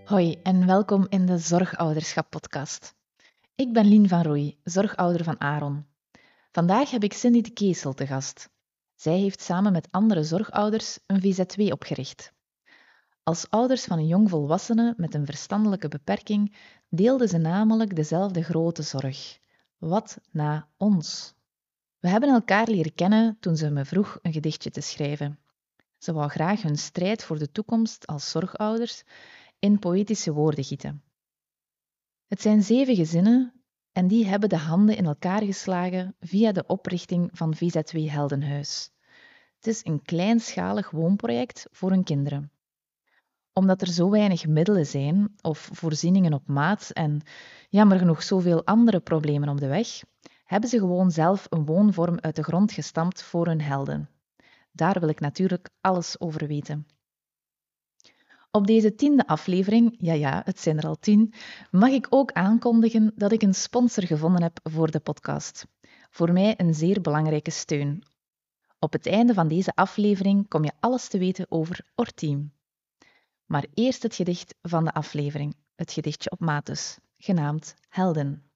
Hoi en welkom in de Zorgouderschap-podcast. Ik ben Lien van Rooij, zorgouder van Aaron. Vandaag heb ik Cindy de Keesel te gast. Zij heeft samen met andere zorgouders een VZW opgericht. Als ouders van een jongvolwassene met een verstandelijke beperking deelden ze namelijk dezelfde grote zorg. Wat na ons? We hebben elkaar leren kennen toen ze me vroeg een gedichtje te schrijven. Ze wou graag hun strijd voor de toekomst als zorgouders in poëtische woorden gieten. Het zijn 7 gezinnen en die hebben de handen in elkaar geslagen via de oprichting van VZW Heldenhuis. Het is een kleinschalig woonproject voor hun kinderen. Omdat er zo weinig middelen zijn of voorzieningen op maat en jammer genoeg zoveel andere problemen op de weg, hebben ze gewoon zelf een woonvorm uit de grond gestampt voor hun helden. Daar wil ik natuurlijk alles over weten. Op deze 10e aflevering, ja, het zijn er al 10, mag ik ook aankondigen dat ik een sponsor gevonden heb voor de podcast. Voor mij een zeer belangrijke steun. Op het einde van deze aflevering kom je alles te weten over Orteam. Maar eerst het gedicht van de aflevering, het gedichtje op maat dus, genaamd Helden.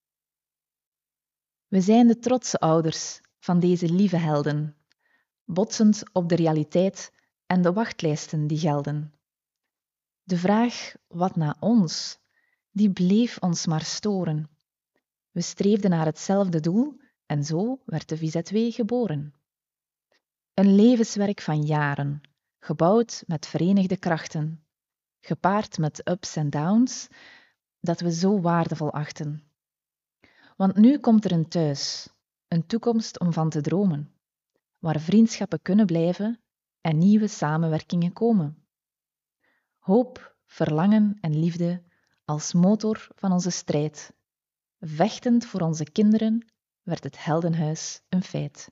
We zijn de trotse ouders van deze lieve helden, botsend op de realiteit en de wachtlijsten die gelden. De vraag, wat na ons, die bleef ons maar storen. We streefden naar hetzelfde doel en zo werd de VZW geboren. Een levenswerk van jaren, gebouwd met verenigde krachten, gepaard met ups en downs, dat we zo waardevol achten. Want nu komt er een thuis, een toekomst om van te dromen, waar vriendschappen kunnen blijven en nieuwe samenwerkingen komen. Hoop, verlangen en liefde als motor van onze strijd. Vechtend voor onze kinderen werd het heldenhuis een feit.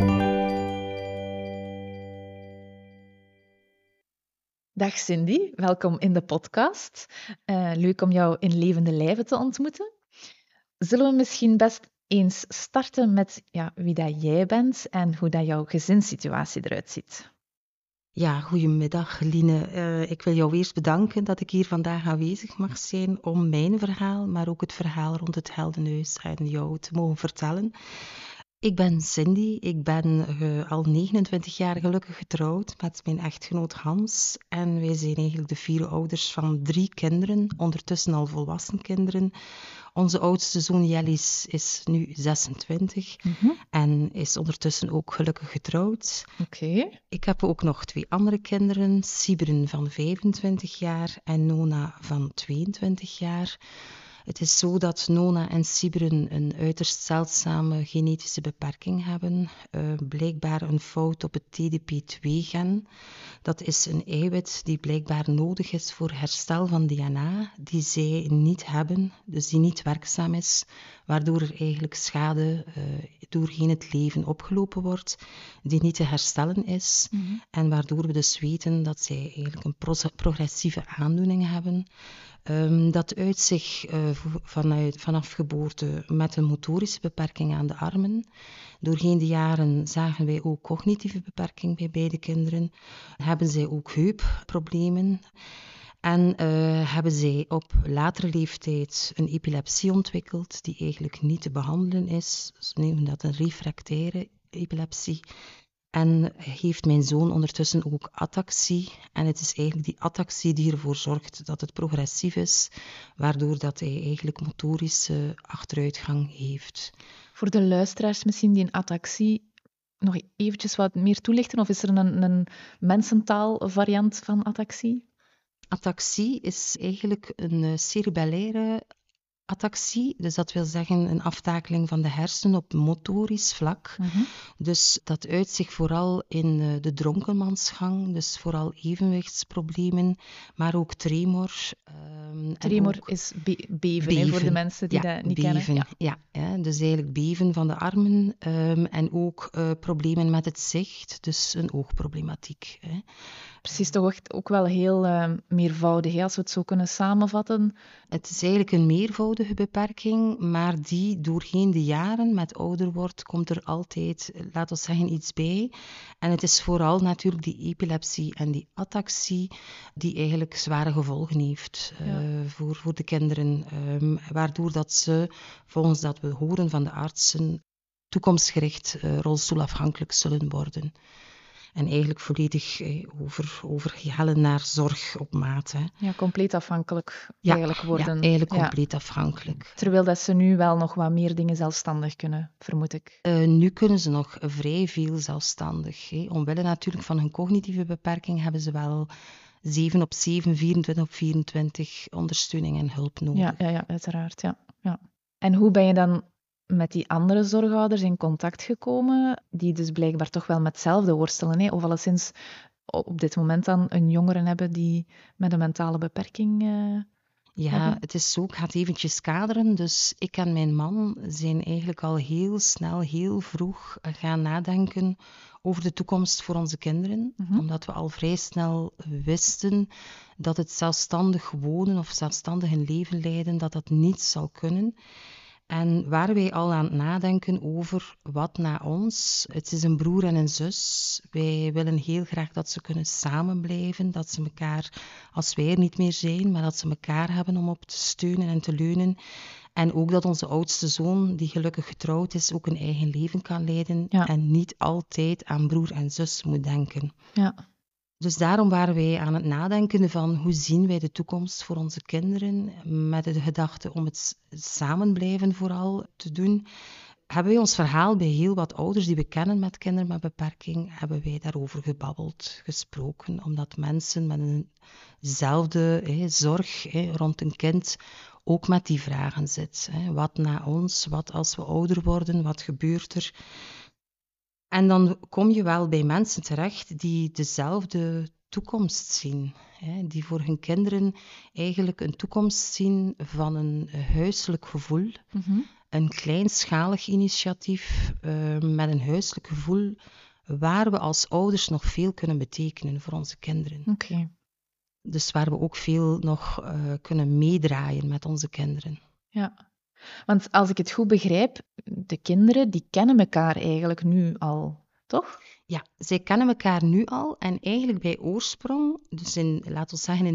Dag Cindy, welkom in de podcast. Leuk om jou in levende lijven te ontmoeten. Zullen we misschien best eens starten met wie dat jij bent en hoe dat jouw gezinssituatie eruit ziet? Ja, goedemiddag Line. Ik wil jou eerst bedanken dat ik hier vandaag aanwezig mag zijn om mijn verhaal, maar ook het verhaal rond het Heldenhuis aan jou te mogen vertellen. Ik ben Cindy, ik ben al 29 jaar gelukkig getrouwd met mijn echtgenoot Hans en wij zijn eigenlijk de 4 ouders van 3 kinderen, ondertussen al volwassen kinderen. Onze oudste zoon Jellis is nu 26 en is ondertussen ook gelukkig getrouwd. Oké. Ik heb ook nog 2 andere kinderen, Sibren van 25 jaar en Nona van 22 jaar. Het is zo dat Nona en Sibren een uiterst zeldzame genetische beperking hebben. Blijkbaar een fout op het TDP2-gen. Dat is een eiwit die blijkbaar nodig is voor herstel van DNA, die zij niet hebben, dus die niet werkzaam is, waardoor er eigenlijk schade doorheen het leven opgelopen wordt, die niet te herstellen is. En waardoor we dus weten dat zij eigenlijk een progressieve aandoening hebben. Dat uit zich vanaf geboorte met een motorische beperking aan de armen. Doorheen de jaren zagen wij ook cognitieve beperking bij beide kinderen. Hebben zij ook heupproblemen. En hebben zij op latere leeftijd een epilepsie ontwikkeld die eigenlijk niet te behandelen is. Ze noemen dat een refractaire epilepsie. En heeft mijn zoon ondertussen ook ataxie. En het is eigenlijk die ataxie die ervoor zorgt dat het progressief is, waardoor dat hij eigenlijk motorische achteruitgang heeft. Voor de luisteraars misschien die een ataxie nog eventjes wat meer toelichten? Of is er een mensentaalvariant van ataxie? Ataxie is eigenlijk een cerebellaire ataxie, dus dat wil zeggen een aftakeling van de hersenen op motorisch vlak. Dus dat uit zich vooral in de dronkenmansgang, dus vooral evenwichtsproblemen, maar ook tremor. Tremor ook is beven. Hè, voor de mensen die dat niet kennen. Ja, dus eigenlijk beven van de armen en ook problemen met het zicht, dus een oogproblematiek. Precies, toch echt ook wel heel meervoudig, als we het zo kunnen samenvatten. Het is eigenlijk een meervoud eenvoudige beperking, maar die doorheen de jaren met ouder wordt, komt er altijd, laten we zeggen, iets bij. En het is vooral natuurlijk die epilepsie en die ataxie die eigenlijk zware gevolgen heeft voor de kinderen. Waardoor dat ze, volgens dat we horen van de artsen, toekomstgericht rolstoelafhankelijk zullen worden. En eigenlijk volledig overgehellen naar zorg op maat. Hè. Ja, compleet afhankelijk eigenlijk worden. Ja, eigenlijk compleet afhankelijk. Terwijl dat ze nu wel nog wat meer dingen zelfstandig kunnen, vermoed ik. Nu kunnen ze nog vrij veel zelfstandig. Hè. Omwille natuurlijk van hun cognitieve beperking hebben ze wel 7/7, 24/24 ondersteuning en hulp nodig. Ja, uiteraard. Ja. En hoe ben je dan met die andere zorgouders in contact gekomen, die dus blijkbaar toch wel met hetzelfde worstelen, hè? Of alleszins op dit moment dan een jongere hebben die met een mentale beperking hebben? Het is zo, ik ga het eventjes kaderen. Dus ik en mijn man zijn eigenlijk al heel snel, heel vroeg gaan nadenken over de toekomst voor onze kinderen. Omdat we al vrij snel wisten dat het zelfstandig wonen of zelfstandig een leven leiden, dat niet zal kunnen. En waren wij al aan het nadenken over wat na ons. Het is een broer en een zus. Wij willen heel graag dat ze kunnen samen blijven. Dat ze elkaar, als wij er niet meer zijn, maar dat ze elkaar hebben om op te steunen en te leunen. En ook dat onze oudste zoon, die gelukkig getrouwd is, ook een eigen leven kan leiden. Ja. En niet altijd aan broer en zus moet denken. Ja. Dus daarom waren wij aan het nadenken van hoe zien wij de toekomst voor onze kinderen, met de gedachte om het samen blijven vooral te doen. Hebben wij ons verhaal bij heel wat ouders die we kennen met kinderen met beperking, hebben wij daarover gebabbeld, gesproken, omdat mensen met eenzelfde zorg rond een kind ook met die vragen zitten. Wat na ons, wat als we ouder worden, wat gebeurt er? En dan kom je wel bij mensen terecht die dezelfde toekomst zien. Die voor hun kinderen eigenlijk een toekomst zien van een huiselijk gevoel. Een kleinschalig initiatief met een huiselijk gevoel waar we als ouders nog veel kunnen betekenen voor onze kinderen. Okay. Dus waar we ook veel nog kunnen meedraaien met onze kinderen. Ja. Want als ik het goed begrijp, de kinderen die kennen elkaar eigenlijk nu al, toch? Ja, zij kennen elkaar nu al en eigenlijk bij oorsprong, dus laten we zeggen in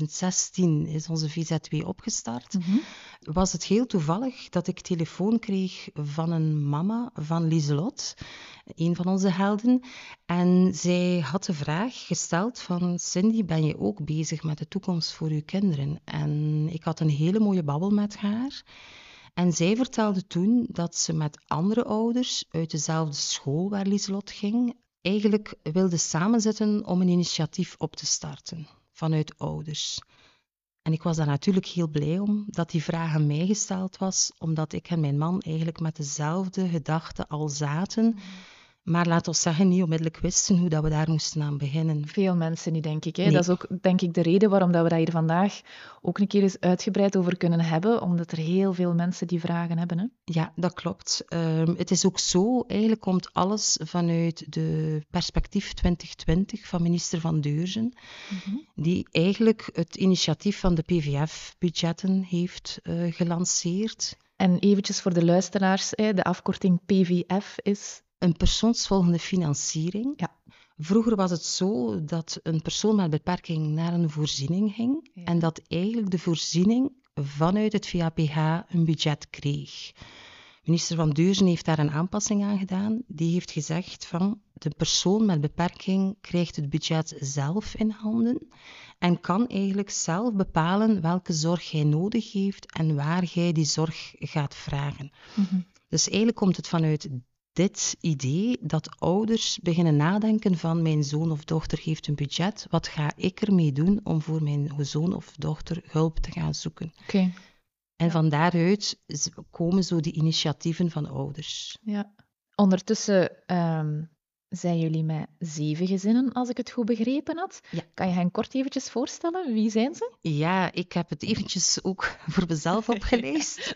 2016 is onze VZ2 opgestart, was het heel toevallig dat ik telefoon kreeg van een mama van Lieselot, een van onze helden. En zij had de vraag gesteld van Cindy, ben je ook bezig met de toekomst voor uw kinderen? En ik had een hele mooie babbel met haar. En zij vertelde toen dat ze met andere ouders uit dezelfde school waar Lieselot ging, eigenlijk wilde samenzitten om een initiatief op te starten vanuit ouders. En ik was daar natuurlijk heel blij om dat die vraag aan mij gesteld was, omdat ik en mijn man eigenlijk met dezelfde gedachten al zaten. Maar laten we zeggen, niet onmiddellijk wisten hoe dat we daar moesten aan beginnen. Veel mensen niet, denk ik. Hè? Nee. Dat is ook, denk ik, de reden waarom dat we daar hier vandaag ook een keer eens uitgebreid over kunnen hebben, omdat er heel veel mensen die vragen hebben. Hè? Ja, dat klopt. Het is ook zo, eigenlijk komt alles vanuit de perspectief 2020 van minister Van Deurzen, die eigenlijk het initiatief van de PVF-budgetten heeft gelanceerd. En eventjes voor de luisteraars, de afkorting PVF is... Een persoonsvolgende financiering. Ja. Vroeger was het zo dat een persoon met beperking naar een voorziening ging en dat eigenlijk de voorziening vanuit het VAPH een budget kreeg. Minister Van Deurzen heeft daar een aanpassing aan gedaan. Die heeft gezegd van de persoon met beperking krijgt het budget zelf in handen en kan eigenlijk zelf bepalen welke zorg hij nodig heeft en waar hij die zorg gaat vragen. Dus eigenlijk komt het vanuit dit idee dat ouders beginnen nadenken van mijn zoon of dochter heeft een budget, wat ga ik ermee doen om voor mijn zoon of dochter hulp te gaan zoeken? Okay. En van daaruit komen zo die initiatieven van ouders. Ja. Ondertussen zijn jullie met 7 gezinnen, als ik het goed begrepen had. Ja. Kan je hen kort eventjes voorstellen? Wie zijn ze? Ja, ik heb het eventjes ook voor mezelf opgeleest.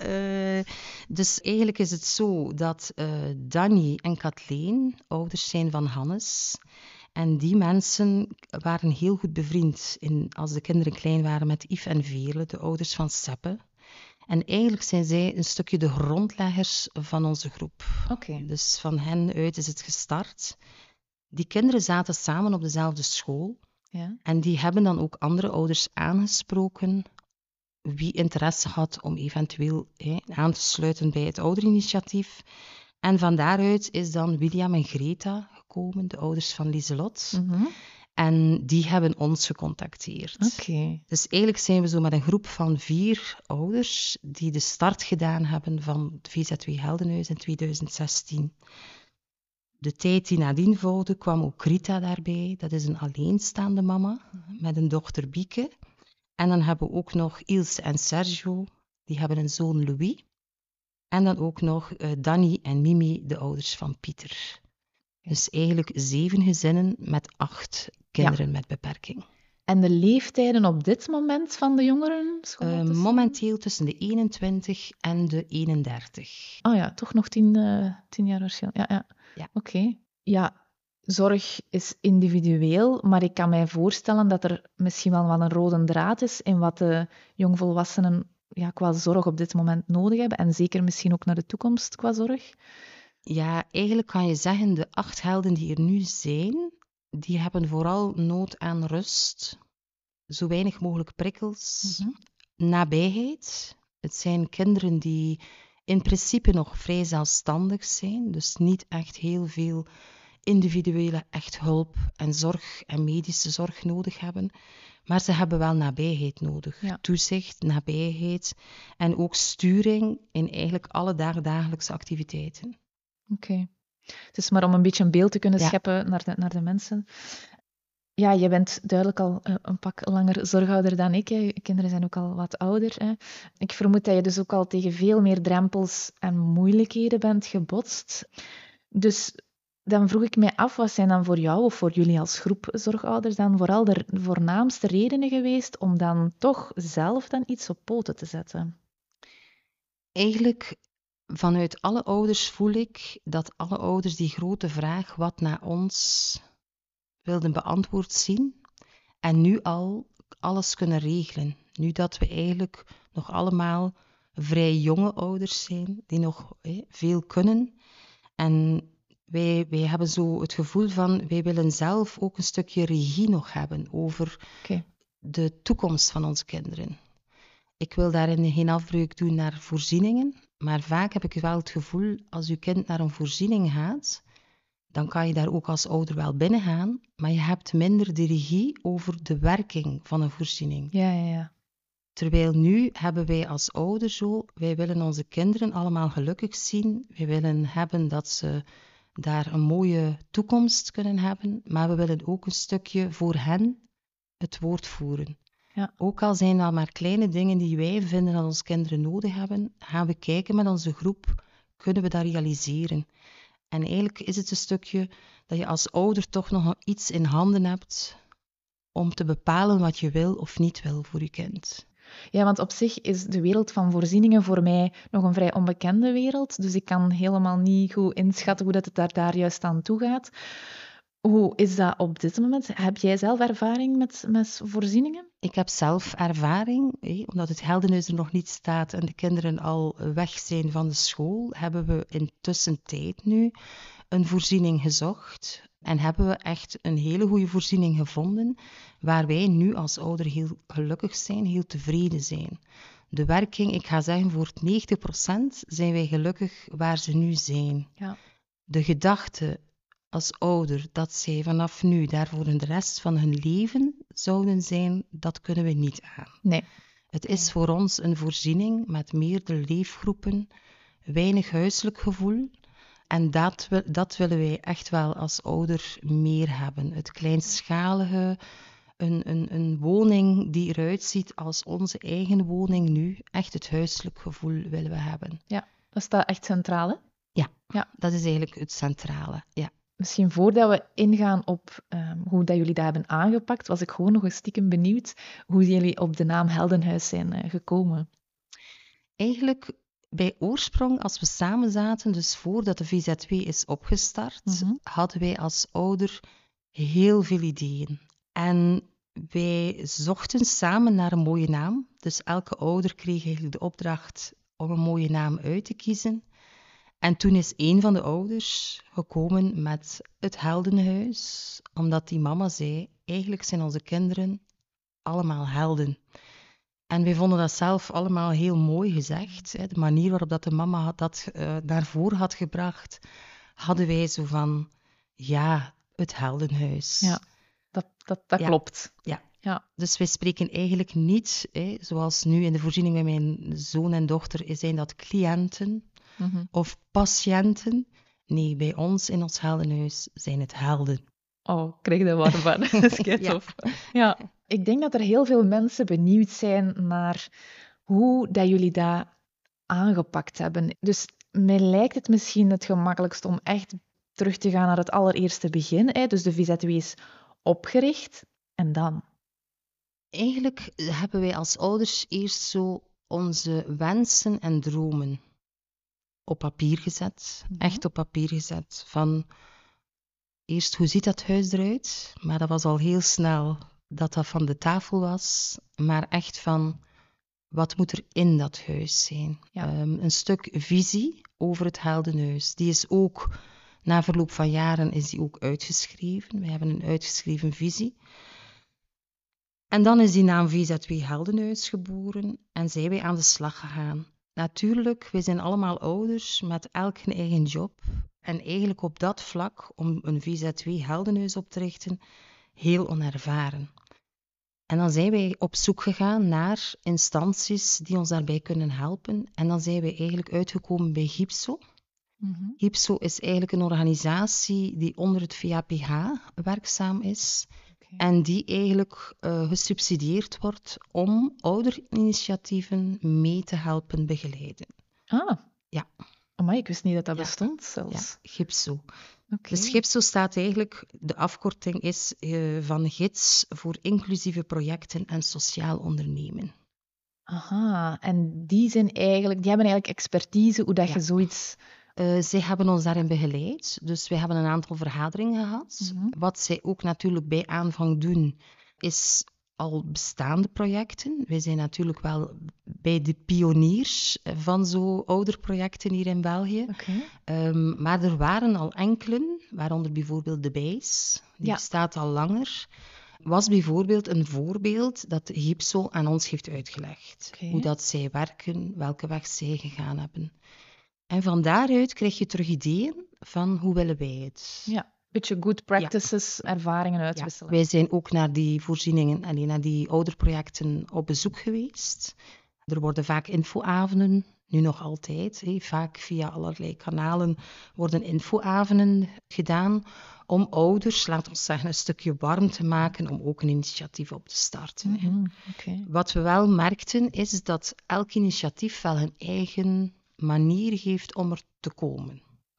Dus eigenlijk is het zo dat Danny en Kathleen ouders zijn van Hannes. En die mensen waren heel goed bevriend als de kinderen klein waren met Yves en Veerle, de ouders van Seppe. En eigenlijk zijn zij een stukje de grondleggers van onze groep. Oké. Dus van hen uit is het gestart. Die kinderen zaten samen op dezelfde school. Ja. En die hebben dan ook andere ouders aangesproken wie interesse had om eventueel aan te sluiten bij het oudereninitiatief. En van daaruit is dan William en Greta gekomen, de ouders van Lieselot. Mhm. En die hebben ons gecontacteerd. Oké. Dus eigenlijk zijn we zo met een groep van 4 ouders die de start gedaan hebben van het VZW Heldenhuis in 2016. De tijd die nadien volgde kwam ook Rita daarbij. Dat is een alleenstaande mama met een dochter Bieke. En dan hebben we ook nog Ilse en Sergio, die hebben een zoon Louis. En dan ook nog Danny en Mimi, de ouders van Pieter. Dus eigenlijk 7 gezinnen met 8 kinderen met beperking. En de leeftijden op dit moment van de jongeren? Momenteel tussen de 21 en de 31. Oh ja, toch nog 10 jaar verschil. Ja. Oké. Ja, zorg is individueel, maar ik kan mij voorstellen dat er misschien wel wat een rode draad is in wat de jongvolwassenen qua zorg op dit moment nodig hebben. En zeker misschien ook naar de toekomst qua zorg. Ja, eigenlijk kan je zeggen, de 8 helden die er nu zijn, die hebben vooral nood aan rust, zo weinig mogelijk prikkels, nabijheid. Het zijn kinderen die in principe nog vrij zelfstandig zijn, dus niet echt heel veel individuele echt hulp en zorg en medische zorg nodig hebben. Maar ze hebben wel nabijheid nodig. Ja. Toezicht, nabijheid en ook sturing in eigenlijk alle dagelijkse activiteiten. Oké. Het is maar om een beetje een beeld te kunnen scheppen naar de mensen. Ja, je bent duidelijk al een pak langer zorghouder dan ik. Hè. Je kinderen zijn ook al wat ouder. Hè. Ik vermoed dat je dus ook al tegen veel meer drempels en moeilijkheden bent gebotst. Dus dan vroeg ik mij af, wat zijn dan voor jou of voor jullie als groep zorgouders dan vooral de voornaamste redenen geweest om dan toch zelf dan iets op poten te zetten? Eigenlijk, vanuit alle ouders voel ik dat alle ouders die grote vraag wat naar ons wilden beantwoord zien en nu al alles kunnen regelen. Nu dat we eigenlijk nog allemaal vrij jonge ouders zijn, die nog veel kunnen. En wij hebben zo het gevoel van, wij willen zelf ook een stukje regie nog hebben over de toekomst van onze kinderen. Ik wil daarin geen afbreuk doen naar voorzieningen, maar vaak heb ik wel het gevoel, als uw kind naar een voorziening gaat, dan kan je daar ook als ouder wel binnen gaan, maar je hebt minder de regie over de werking van een voorziening. Ja. Terwijl nu hebben wij als ouder zo, wij willen onze kinderen allemaal gelukkig zien, wij willen hebben dat ze daar een mooie toekomst kunnen hebben, maar we willen ook een stukje voor hen het woord voeren. Ja. Ook al zijn dat maar kleine dingen die wij vinden dat onze kinderen nodig hebben, gaan we kijken met onze groep, kunnen we dat realiseren? En eigenlijk is het een stukje dat je als ouder toch nog iets in handen hebt om te bepalen wat je wil of niet wil voor je kind. Ja, want op zich is de wereld van voorzieningen voor mij nog een vrij onbekende wereld. Dus ik kan helemaal niet goed inschatten hoe dat het daar juist aan toe gaat. Hoe is dat op dit moment? Heb jij zelf ervaring met voorzieningen? Ik heb zelf ervaring, omdat het Heldenhuis er nog niet staat en de kinderen al weg zijn van de school, hebben we intussen tijd nu een voorziening gezocht en hebben we echt een hele goede voorziening gevonden, waar wij nu als ouder heel gelukkig zijn, heel tevreden zijn. De werking, ik ga zeggen voor 90% zijn wij gelukkig waar ze nu zijn. Ja. De gedachte als ouder dat zij vanaf nu daar voor de rest van hun leven zouden zijn, dat kunnen we niet aan. Nee. Het is voor ons een voorziening met meerdere leefgroepen, weinig huiselijk gevoel. En dat willen wij echt wel als ouder meer hebben. Het kleinschalige, een woning die eruit ziet als onze eigen woning nu. Echt het huiselijk gevoel willen we hebben. Ja, dat staat echt centraal, hè? Ja, dat is eigenlijk het centrale, ja. Misschien voordat we ingaan op hoe dat jullie dat hebben aangepakt, was ik gewoon nog een stiekem benieuwd hoe jullie op de naam Heldenhuis zijn gekomen. Eigenlijk bij oorsprong, als we samen zaten, dus voordat de VZW is opgestart, hadden wij als ouder heel veel ideeën. En wij zochten samen naar een mooie naam. Dus elke ouder kreeg eigenlijk de opdracht om een mooie naam uit te kiezen. En toen is een van de ouders gekomen met het Heldenhuis, omdat die mama zei, eigenlijk zijn onze kinderen allemaal helden. En wij vonden dat zelf allemaal heel mooi gezegd. Hè. De manier waarop dat de mama dat naar voren had gebracht, hadden wij zo van, ja, het Heldenhuis. Ja, dat Ja. klopt. Ja. Ja. Dus wij spreken eigenlijk niet, zoals nu in de voorziening bij mijn zoon en dochter, zijn dat cliënten of patiënten. Nee, bij ons in ons Heldenhuis zijn het helden. Oh, ik kreeg er warm van. Dat is kei tof. Ja. Ik denk dat er heel veel mensen benieuwd zijn naar hoe dat jullie dat aangepakt hebben. Dus mij lijkt het misschien het gemakkelijkst om echt terug te gaan naar het allereerste begin. Hè? Dus de VZW is opgericht en dan? Eigenlijk hebben wij als ouders eerst zo onze wensen en dromen op papier gezet. Echt op papier gezet. Van eerst, hoe ziet dat huis eruit? Maar dat was al heel snel dat van de tafel was. Maar echt van, wat moet er in dat huis zijn? Ja. Een stuk visie over het Heldenhuis. Die is ook, na verloop van jaren, is die ook uitgeschreven. We hebben een uitgeschreven visie. En dan is die naam VZW Heldenhuis geboren en zijn wij aan de slag gegaan. Natuurlijk, wij zijn allemaal ouders met elk een eigen job. En eigenlijk op dat vlak, om een VZW Heldenhuis op te richten, heel onervaren. En dan zijn wij op zoek gegaan naar instanties die ons daarbij kunnen helpen. En dan zijn wij eigenlijk uitgekomen bij GIPSO. GIPSO is eigenlijk een organisatie die onder het VAPH werkzaam is. En die eigenlijk gesubsidieerd wordt om ouderinitiatieven mee te helpen begeleiden. Ah. Ja. Amai, ik wist niet dat dat bestond zelfs. Ja, GIPSO. Okay. Dus GIPSO staat eigenlijk, de afkorting is van Gids voor Inclusieve Projecten en Sociaal Ondernemen. Aha, en die hebben eigenlijk expertise hoe dat je zoiets... Zij hebben ons daarin begeleid, dus wij hebben een aantal vergaderingen gehad. Wat zij ook natuurlijk bij aanvang doen, is al bestaande projecten. Wij zijn natuurlijk wel bij de pioniers van zo'n ouderprojecten hier in België. Maar er waren al enkelen, waaronder bijvoorbeeld de BEIS, die bestaat al langer. Was bijvoorbeeld een voorbeeld dat GIPSO aan ons heeft uitgelegd. Hoe dat zij werken, welke weg zij gegaan hebben. En van daaruit krijg je terug ideeën van hoe willen wij het. Ja, een beetje good practices, ervaringen uitwisselen. Wij zijn ook naar die voorzieningen, naar die ouderprojecten op bezoek geweest. Er worden vaak infoavonden, nu nog altijd. Vaak via allerlei kanalen worden infoavonden gedaan om ouders, laat ons zeggen, een stukje warm te maken om ook een initiatief op te starten. Wat we wel merkten, is dat elk initiatief wel een eigen manier heeft om er te komen.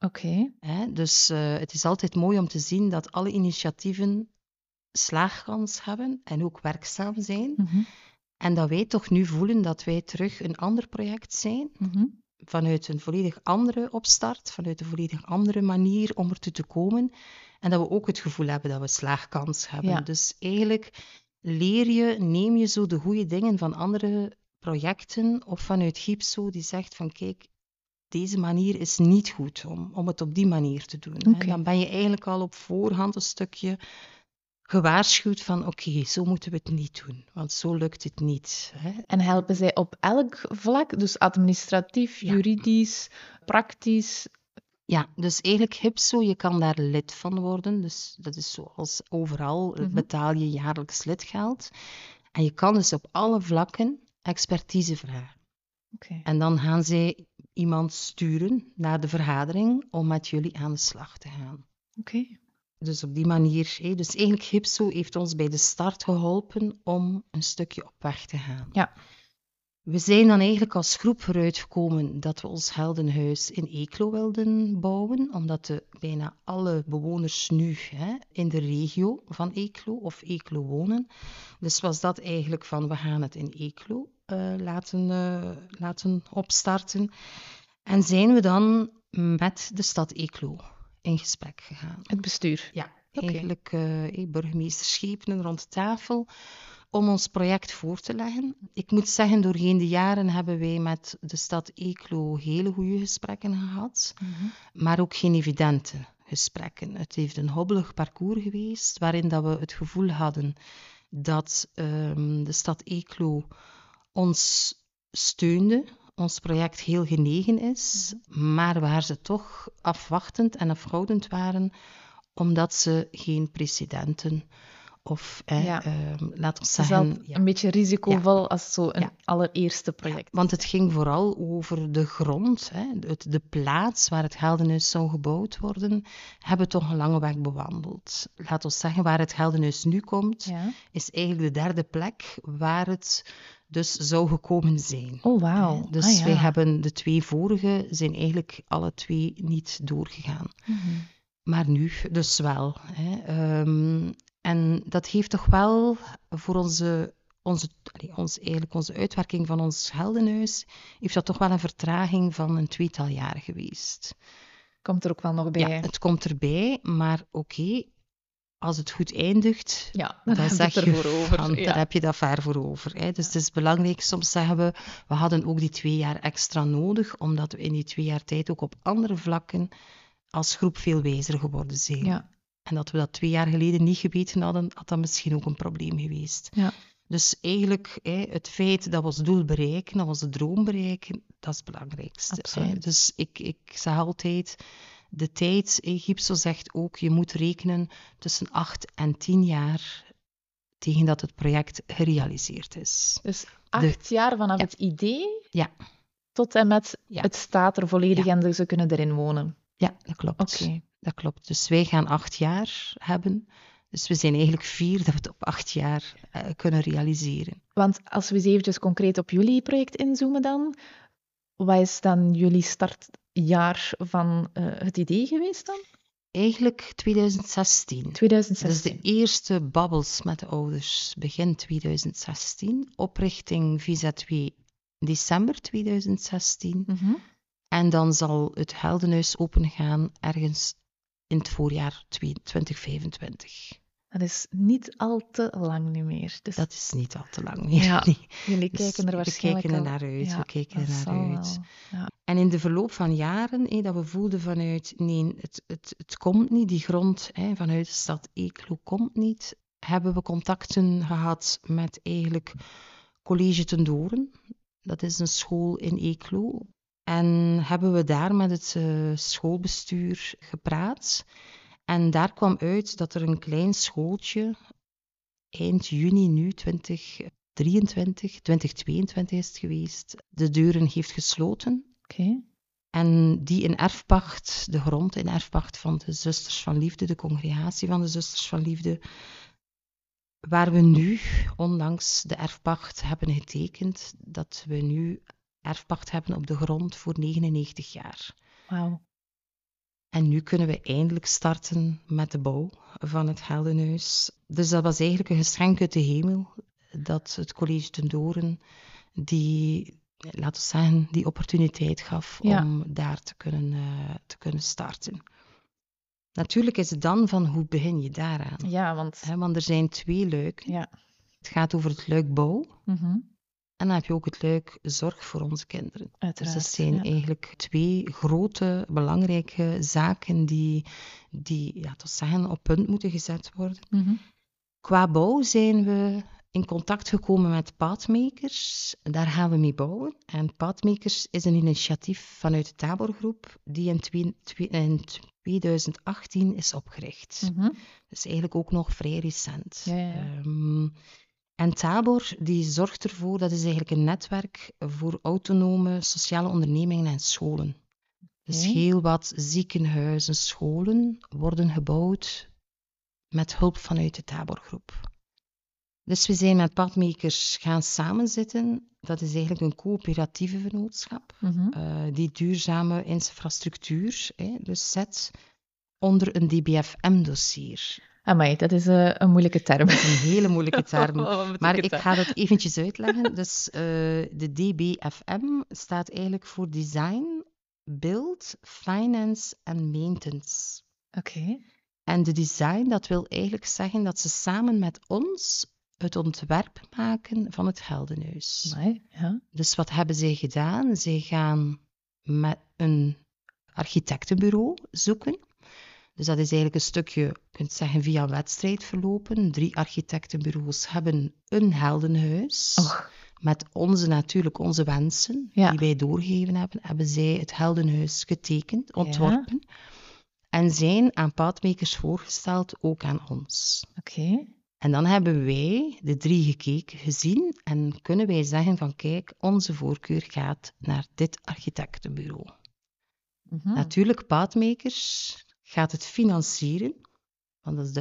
Dus het is altijd mooi om te zien dat alle initiatieven slaagkans hebben en ook werkzaam zijn. En dat wij toch nu voelen dat wij terug een ander project zijn, vanuit een volledig andere opstart, vanuit een volledig andere manier om ertoe te komen. En dat we ook het gevoel hebben dat we slaagkans hebben. Ja. Dus eigenlijk neem je zo de goede dingen van andere projecten of vanuit GIPSO die zegt van kijk, deze manier is niet goed om het op die manier te doen. En dan ben je eigenlijk al op voorhand een stukje gewaarschuwd van oké, zo moeten we het niet doen, want zo lukt het niet. En helpen zij op elk vlak, dus administratief, juridisch, praktisch? Ja, dus eigenlijk GIPSO, je kan daar lid van worden, dus dat is zoals overal, betaal je jaarlijks lidgeld. En je kan dus op alle vlakken expertise vragen. En dan gaan zij iemand sturen naar de vergadering om met jullie aan de slag te gaan. Dus op die manier, dus eigenlijk GIPSO heeft ons bij de start geholpen om een stukje op weg te gaan. Ja. We zijn dan eigenlijk als groep eruit gekomen dat we ons Heldenhuis in Eeklo wilden bouwen, omdat bijna alle bewoners nu in de regio van Eeklo of Eeklo wonen. Dus was dat eigenlijk van, we gaan het in Eeklo laten opstarten. En zijn we dan met de stad Eeklo in gesprek gegaan. Het bestuur? Ja. eigenlijk burgemeester Schepenen rond tafel, om ons project voor te leggen. Ik moet zeggen, doorheen de jaren hebben wij met de stad Eeklo hele goede gesprekken gehad, maar ook geen evidente gesprekken. Het heeft een hobbelig parcours geweest, waarin dat we het gevoel hadden dat de stad Eeklo ons steunde, ons project heel genegen is, maar waar ze toch afwachtend en afhoudend waren, omdat ze geen precedenten of, laten we zeggen... een beetje risicovol als zo'n allereerste project. Want het ging vooral over de grond, de plaats waar het Geldenhuis zou gebouwd worden, hebben toch een lange weg bewandeld. Laten we zeggen, waar het Geldenhuis nu komt, is eigenlijk de derde plek waar het dus zou gekomen zijn. Oh, wauw. Dus wij hebben de 2 vorige, zijn eigenlijk alle 2 niet doorgegaan. Maar nu dus wel. En dat heeft toch wel voor onze uitwerking van ons Geldenhuis, heeft dat toch wel een vertraging van een 2-tal jaar geweest. Komt er ook wel nog bij? Ja, het komt erbij, maar oké, als het goed eindigt, dan zeg je ervoor over. Dan heb je dat ver voor over. Dus het is belangrijk, soms zeggen we hadden ook die 2 jaar extra nodig, omdat we in die 2 jaar tijd ook op andere vlakken als groep veel wijzer geworden zijn. Ja. En dat we dat 2 jaar geleden niet geweten hadden, had dat misschien ook een probleem geweest. Ja. Dus eigenlijk, het feit dat we ons doel bereiken, dat we onze droom bereiken, dat is het belangrijkste. Absoluut. Dus ik zeg altijd, de tijd, Gipso zegt ook, je moet rekenen tussen 8 en 10 jaar tegen dat het project gerealiseerd is. Dus 8 jaar vanaf het idee tot en met het staat er volledig en ze kunnen erin wonen. Ja, dat klopt. Oké. Dat klopt. Dus wij gaan 8 jaar hebben. Dus we zijn eigenlijk fier dat we het op 8 jaar kunnen realiseren. Want als we eens eventjes concreet op jullie project inzoomen dan, wat is dan jullie startjaar van het idee geweest dan? Eigenlijk 2016. 2016. Dat is de eerste babbels met de ouders, begin 2016. Oprichting Visa 2 december 2016. En dan zal het Geldenhuis opengaan ergens in het voorjaar 2025. Dat is niet al te lang nu meer. Dus... Dat is niet al te lang meer. Ja, nee. jullie kijken er waarschijnlijk we kijken er naar uit. Ja, we kijken er naar uit. Ja. En in de verloop van jaren, dat we voelden vanuit, nee, het komt niet, die grond vanuit de stad Eeklo komt niet, hebben we contacten gehad met eigenlijk College Ten Doren. Dat is een school in Eeklo. En hebben we daar met het schoolbestuur gepraat. En daar kwam uit dat er een klein schooltje, eind juni nu, 2022 is het geweest, de deuren heeft gesloten. Oké. En die in erfpacht, de grond in erfpacht van de Zusters van Liefde, de congregatie van de Zusters van Liefde, waar we nu, ondanks de erfpacht, hebben getekend dat we nu erfpacht hebben op de grond voor 99 jaar. Wauw. En nu kunnen we eindelijk starten met de bouw van het Geldenhuis. Dus dat was eigenlijk een geschenk uit de hemel, dat het College Ten Doren die, laten we zeggen, die opportuniteit gaf om daar te kunnen starten. Natuurlijk is het dan van, hoe begin je daaraan? Ja, want er zijn 2 luiken. Ja. Het gaat over het luik bouw. Mm-hmm. En dan heb je ook het luik zorg voor onze kinderen. Uiteraard, dus dat zijn eigenlijk 2 grote, belangrijke zaken die laten we zeggen, op punt moeten gezet worden. Mm-hmm. Qua bouw zijn we in contact gekomen met Pathmakers. Daar gaan we mee bouwen. En Pathmakers is een initiatief vanuit de Taborgroep die in 2018 is opgericht. Mm-hmm. Dus eigenlijk ook nog vrij recent. Ja. En Tabor die zorgt ervoor, dat is eigenlijk een netwerk voor autonome sociale ondernemingen en scholen. Dus heel wat ziekenhuizen, scholen worden gebouwd met hulp vanuit de Taborgroep. Dus we zijn met Pathmakers gaan samenzitten. Dat is eigenlijk een coöperatieve vennootschap die duurzame infrastructuur dus zet onder een DBFM-dossier. Amai, dat is een moeilijke term. Dat is een hele moeilijke term. Maar ik ga dat eventjes uitleggen. Dus de DBFM staat eigenlijk voor Design, Build, Finance en Maintenance. Oké. En de design, dat wil eigenlijk zeggen dat ze samen met ons het ontwerp maken van het Heldenhuis. Amai, ja. Dus wat hebben zij gedaan? Zij gaan met een architectenbureau zoeken. Dus dat is eigenlijk een stukje, je kunt zeggen, via een wedstrijd verlopen. 3 architectenbureaus hebben een heldenhuis. Och, Met onze wensen, Ja. die wij doorgegeven hebben, hebben zij het heldenhuis getekend, ontworpen. En zijn aan paadmakers voorgesteld, ook aan ons. oké. En dan hebben wij de 3 gekeken, gezien en kunnen wij zeggen van kijk, onze voorkeur gaat naar dit architectenbureau. Mhm. Natuurlijk, paadmakers gaat het financieren, want dat is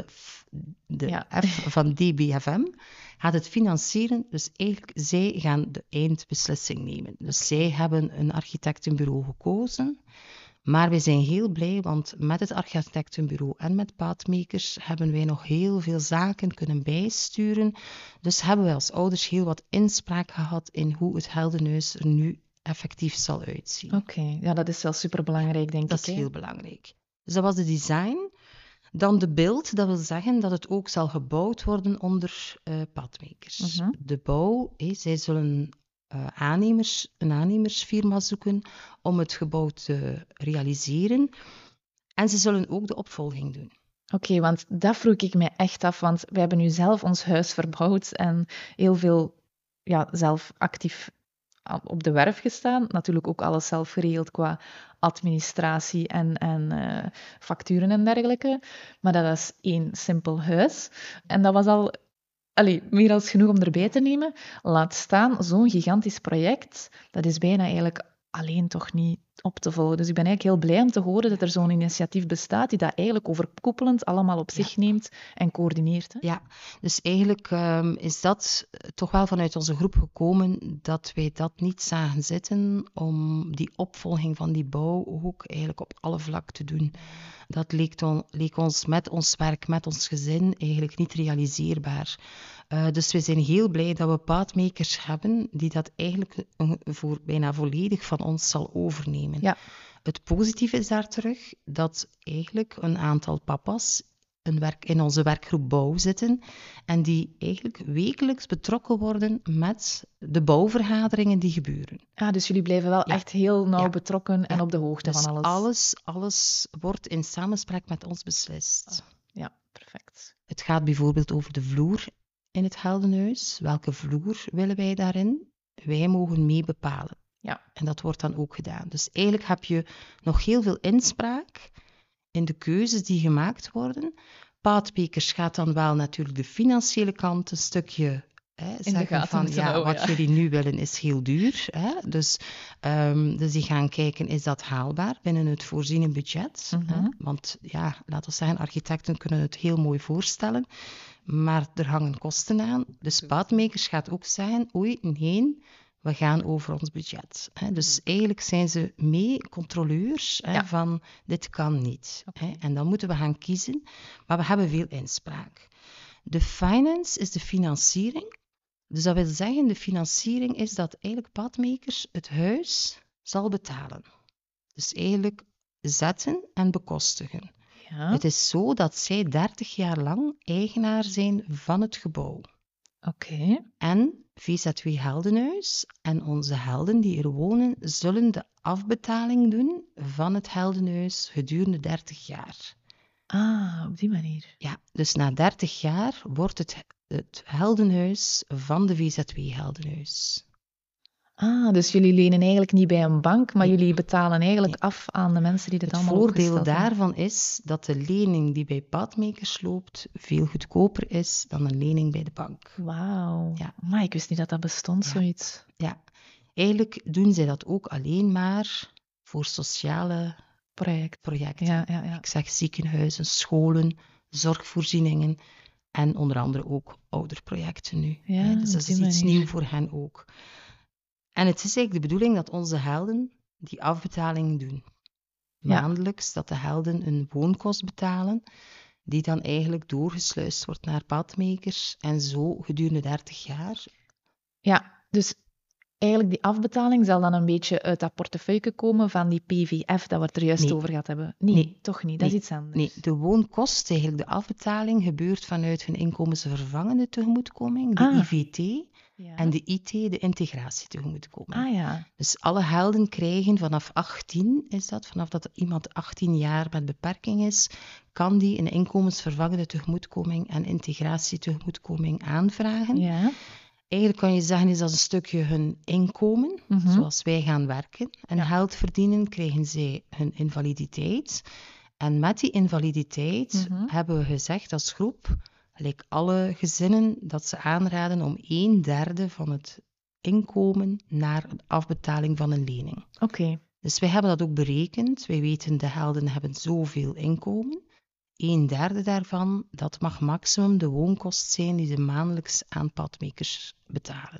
de Ja. F van DBFM, gaat het financieren. Dus eigenlijk, zij gaan de eindbeslissing nemen. Dus zij hebben een architectenbureau gekozen. Maar wij zijn heel blij, want met het architectenbureau en met paadmakers hebben wij nog heel veel zaken kunnen bijsturen. Dus hebben wij als ouders heel wat inspraak gehad in hoe het Heldenhuis er nu effectief zal uitzien. Oké, ja, dat is wel superbelangrijk, denk Dat ik. is hè. heel belangrijk. Dus dat was de design. Dan de beeld, dat wil zeggen dat het ook zal gebouwd worden onder padmakers. Mhm. De bouw, zij zullen een aannemersfirma zoeken om het gebouw te realiseren. En ze zullen ook de opvolging doen. Oké, want dat vroeg ik mij echt af, want we hebben nu zelf ons huis verbouwd en heel veel zelf actief op de werf gestaan. Natuurlijk ook alles zelf geregeld qua administratie en facturen en dergelijke. Maar dat is 1 simpel huis. En dat was al meer dan genoeg om erbij te nemen. Laat staan, zo'n gigantisch project, dat is bijna eigenlijk alleen toch niet op te volgen. Dus ik ben eigenlijk heel blij om te horen dat er zo'n initiatief bestaat die dat eigenlijk overkoepelend allemaal op zich neemt en coördineert. Hè? Ja, dus eigenlijk is dat toch wel vanuit onze groep gekomen dat wij dat niet zagen zitten om die opvolging van die bouw ook eigenlijk op alle vlakken te doen. Dat leek ons met ons werk, met ons gezin eigenlijk niet realiseerbaar. Dus we zijn heel blij dat we paadmakers hebben die dat eigenlijk bijna volledig van ons zal overnemen. Ja. Het positieve is daar terug dat eigenlijk een aantal papa's in onze werkgroep bouw zitten en die eigenlijk wekelijks betrokken worden met de bouwvergaderingen die gebeuren. Dus jullie blijven wel echt heel nauw Ja. betrokken en op de hoogte Dus van alles. alles wordt in samenspraak met ons beslist. Ja, perfect. Het gaat bijvoorbeeld over de vloer in het Heldenhuis. Welke vloer willen wij daarin? Wij mogen mee bepalen. Ja. En dat wordt dan ook gedaan. Dus eigenlijk heb je nog heel veel inspraak in de keuzes die gemaakt worden. Paadmakers gaat dan wel natuurlijk de financiële kant een stukje zeggen van wat jullie nu willen is heel duur. Dus die gaan kijken, is dat haalbaar binnen het voorziene budget? Mm-hmm. Want ja, laten we zeggen, architecten kunnen het heel mooi voorstellen, maar er hangen kosten aan. Dus paadmakers gaat ook zeggen, oei, nee, we gaan over ons budget. Dus eigenlijk zijn ze mee controleurs van dit kan niet. En dan moeten we gaan kiezen, maar we hebben veel inspraak. De finance is de financiering. Dus dat wil zeggen, de financiering is dat eigenlijk paadmakers het huis zal betalen. Dus eigenlijk zetten en bekostigen. Ja. Het is zo dat zij 30 jaar lang eigenaar zijn van het gebouw. Oké. En VZW Heldenhuis en onze helden die er wonen, zullen de afbetaling doen van het Heldenhuis gedurende 30 jaar. Op die manier. Ja, dus na 30 jaar wordt het Heldenhuis van de VZW Heldenhuis. Dus jullie lenen eigenlijk niet bij een bank, maar jullie betalen eigenlijk af aan de mensen die dit allemaal opgesteld hebben. Het voordeel daarvan is dat de lening die bij paadmakers loopt veel goedkoper is dan een lening bij de bank. Wauw. Ja. Maar ik wist niet dat dat bestond, zoiets. Ja, eigenlijk doen zij dat ook alleen maar voor sociale projecten. Ja. Ik zeg ziekenhuizen, scholen, zorgvoorzieningen en onder andere ook ouderprojecten nu. Ja, dus dat is iets nieuw voor hen ook. En het is eigenlijk de bedoeling dat onze helden die afbetaling doen. Maandelijks dat de helden een woonkost betalen, die dan eigenlijk doorgesluist wordt naar paadmakers en zo gedurende 30 jaar. Ja, dus eigenlijk die afbetaling zal dan een beetje uit dat portefeuille komen van die PVF dat we het er juist Nee. over gehad hebben. Nee, Nee. toch niet. Dat is iets anders. Nee, de woonkost, eigenlijk de afbetaling, gebeurt vanuit hun inkomensvervangende tegemoetkoming, de IVT, Ja. en de IT, de integratietegemoetkoming. Ja. Dus alle helden krijgen vanaf 18, is dat, vanaf dat iemand 18 jaar met beperking is, kan die een inkomensvervangende tegemoetkoming en integratietegemoetkoming aanvragen. Ja. Eigenlijk kan je zeggen, is dat een stukje hun inkomen, zoals wij gaan werken en geld verdienen, krijgen zij hun invaliditeit. En met die invaliditeit hebben we gezegd als groep, gelijk alle gezinnen, dat ze aanraden om 1/3 van het inkomen naar de afbetaling van een lening. Oké. Dus wij hebben dat ook berekend. Wij weten, de helden hebben zoveel inkomen. 1/3 daarvan, dat mag maximum de woonkost zijn die ze maandelijks aan padmakers betalen.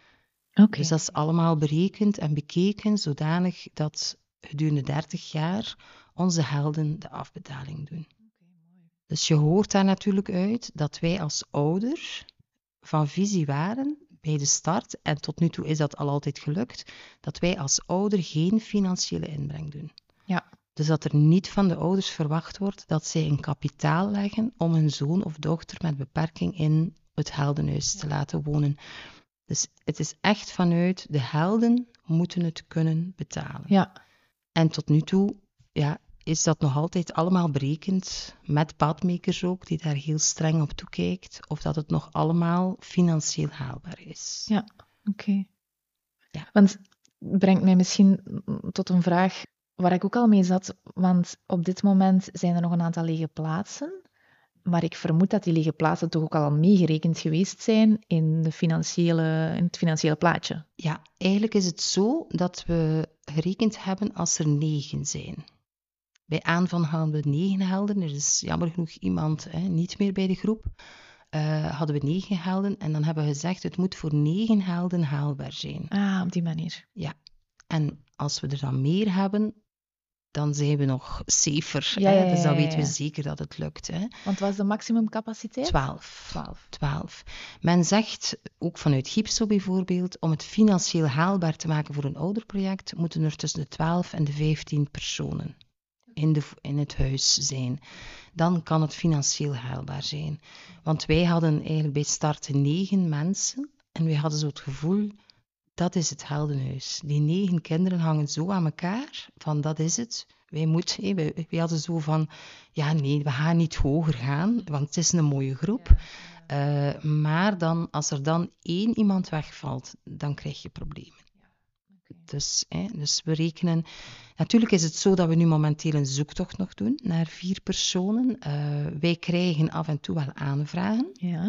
Oké. Dus dat is allemaal berekend en bekeken, zodanig dat gedurende 30 jaar onze helden de afbetaling doen. Dus je hoort daar natuurlijk uit dat wij als ouder van visie waren bij de start, en tot nu toe is dat al altijd gelukt, dat wij als ouder geen financiële inbreng doen. Ja. Dus dat er niet van de ouders verwacht wordt dat zij een kapitaal leggen om hun zoon of dochter met beperking in het heldenhuis te laten wonen. Dus het is echt vanuit de helden moeten het kunnen betalen. Ja. En tot nu toe is dat nog altijd allemaal berekend, met padmakers ook, die daar heel streng op toekijkt, of dat het nog allemaal financieel haalbaar is. Ja, oké. Ja. Want het brengt mij misschien tot een vraag waar ik ook al mee zat, want op dit moment zijn er nog een aantal lege plaatsen, maar ik vermoed dat die lege plaatsen toch ook al meegerekend geweest zijn in het financiële plaatje. Ja, eigenlijk is het zo dat we gerekend hebben als er 9 zijn. Bij aanvang hadden we 9 helden. Er is jammer genoeg iemand niet meer bij de groep. Hadden we 9 helden en dan hebben we gezegd, het moet voor 9 helden haalbaar zijn. Ah, op die manier. Ja, en als we er dan meer hebben, dan zijn we nog safer. Ja, dus dan weten we zeker dat het lukt. Want wat is de maximumcapaciteit? 12. Men zegt, ook vanuit GIPSO bijvoorbeeld, om het financieel haalbaar te maken voor een ouderproject, moeten er tussen de 12 en de 15 personen in het huis zijn. Dan kan het financieel haalbaar zijn. Want wij hadden eigenlijk bij start 9 mensen en wij hadden zo het gevoel, dat is het heldenhuis. Die 9 kinderen hangen zo aan elkaar, van dat is het. Wij hadden zo van, ja nee, we gaan niet hoger gaan, want het is een mooie groep. Maar dan, als er dan 1 iemand wegvalt, dan krijg je problemen. Dus we rekenen... Natuurlijk is het zo dat we nu momenteel een zoektocht nog doen naar 4 personen. Wij krijgen af en toe wel aanvragen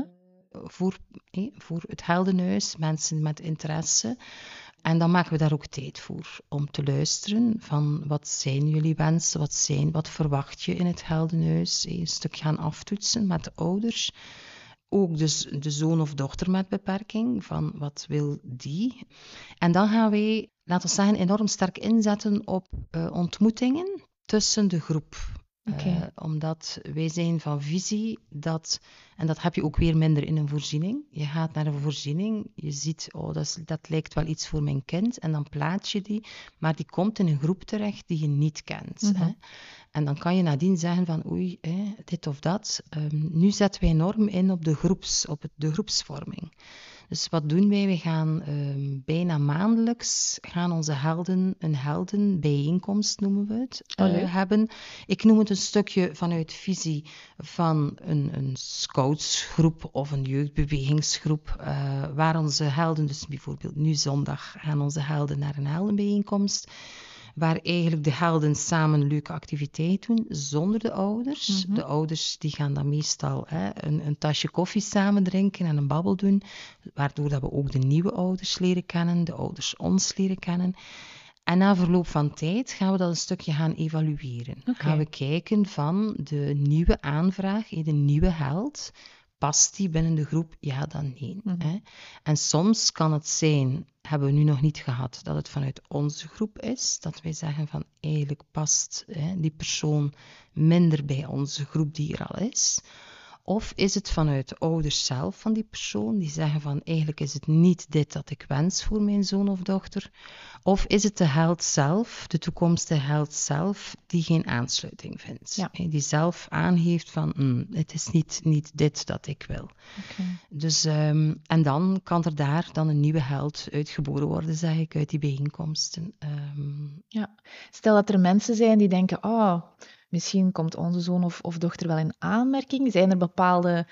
voor het heldenhuis, mensen met interesse. En dan maken we daar ook tijd voor om te luisteren van wat zijn jullie wensen, wat verwacht je in het heldenhuis. Een stuk gaan aftoetsen met de ouders. Ook dus de zoon of dochter met beperking, van wat wil die. En dan gaan wij, laten we zeggen, enorm sterk inzetten op ontmoetingen tussen de groep. Omdat wij zijn van visie en dat heb je ook weer minder in een voorziening. Je gaat naar een voorziening, je ziet, dat lijkt wel iets voor mijn kind, en dan plaats je die, maar die komt in een groep terecht die je niet kent. En dan kan je nadien zeggen van oei, dit of dat. Nu zetten wij enorm in op de groepsvorming. Dus wat doen wij? We gaan bijna maandelijks onze helden, een heldenbijeenkomst noemen we het, hebben. Ik noem het een stukje vanuit visie van een scoutsgroep of een jeugdbewegingsgroep, waar onze helden, dus bijvoorbeeld nu zondag gaan onze helden naar een heldenbijeenkomst, waar eigenlijk de helden samen een leuke activiteit doen, zonder de ouders. De ouders die gaan dan meestal een tasje koffie samen drinken en een babbel doen, waardoor dat we ook de nieuwe ouders leren kennen, de ouders ons leren kennen. En na verloop van tijd gaan we dat een stukje gaan evalueren. Gaan we kijken van de nieuwe aanvraag, de nieuwe held, past die binnen de groep? Ja, dan nee. En soms kan het zijn, hebben we nu nog niet gehad, dat het vanuit onze groep is. Dat wij zeggen van eigenlijk past die persoon minder bij onze groep die er al is. Of is het vanuit de ouders zelf van die persoon, die zeggen van eigenlijk is het niet dit dat ik wens voor mijn zoon of dochter. Of is het de held zelf, de toekomstige held zelf, die geen aansluiting vindt. Ja. Die zelf aangeeft van het is niet dit dat ik wil. Okay. Dus, en dan kan er daar dan een nieuwe held uitgeboren worden, zeg ik, uit die bijeenkomsten. Ja. Stel dat er mensen zijn die denken, misschien komt onze zoon of dochter wel in aanmerking. Zijn er bepaalde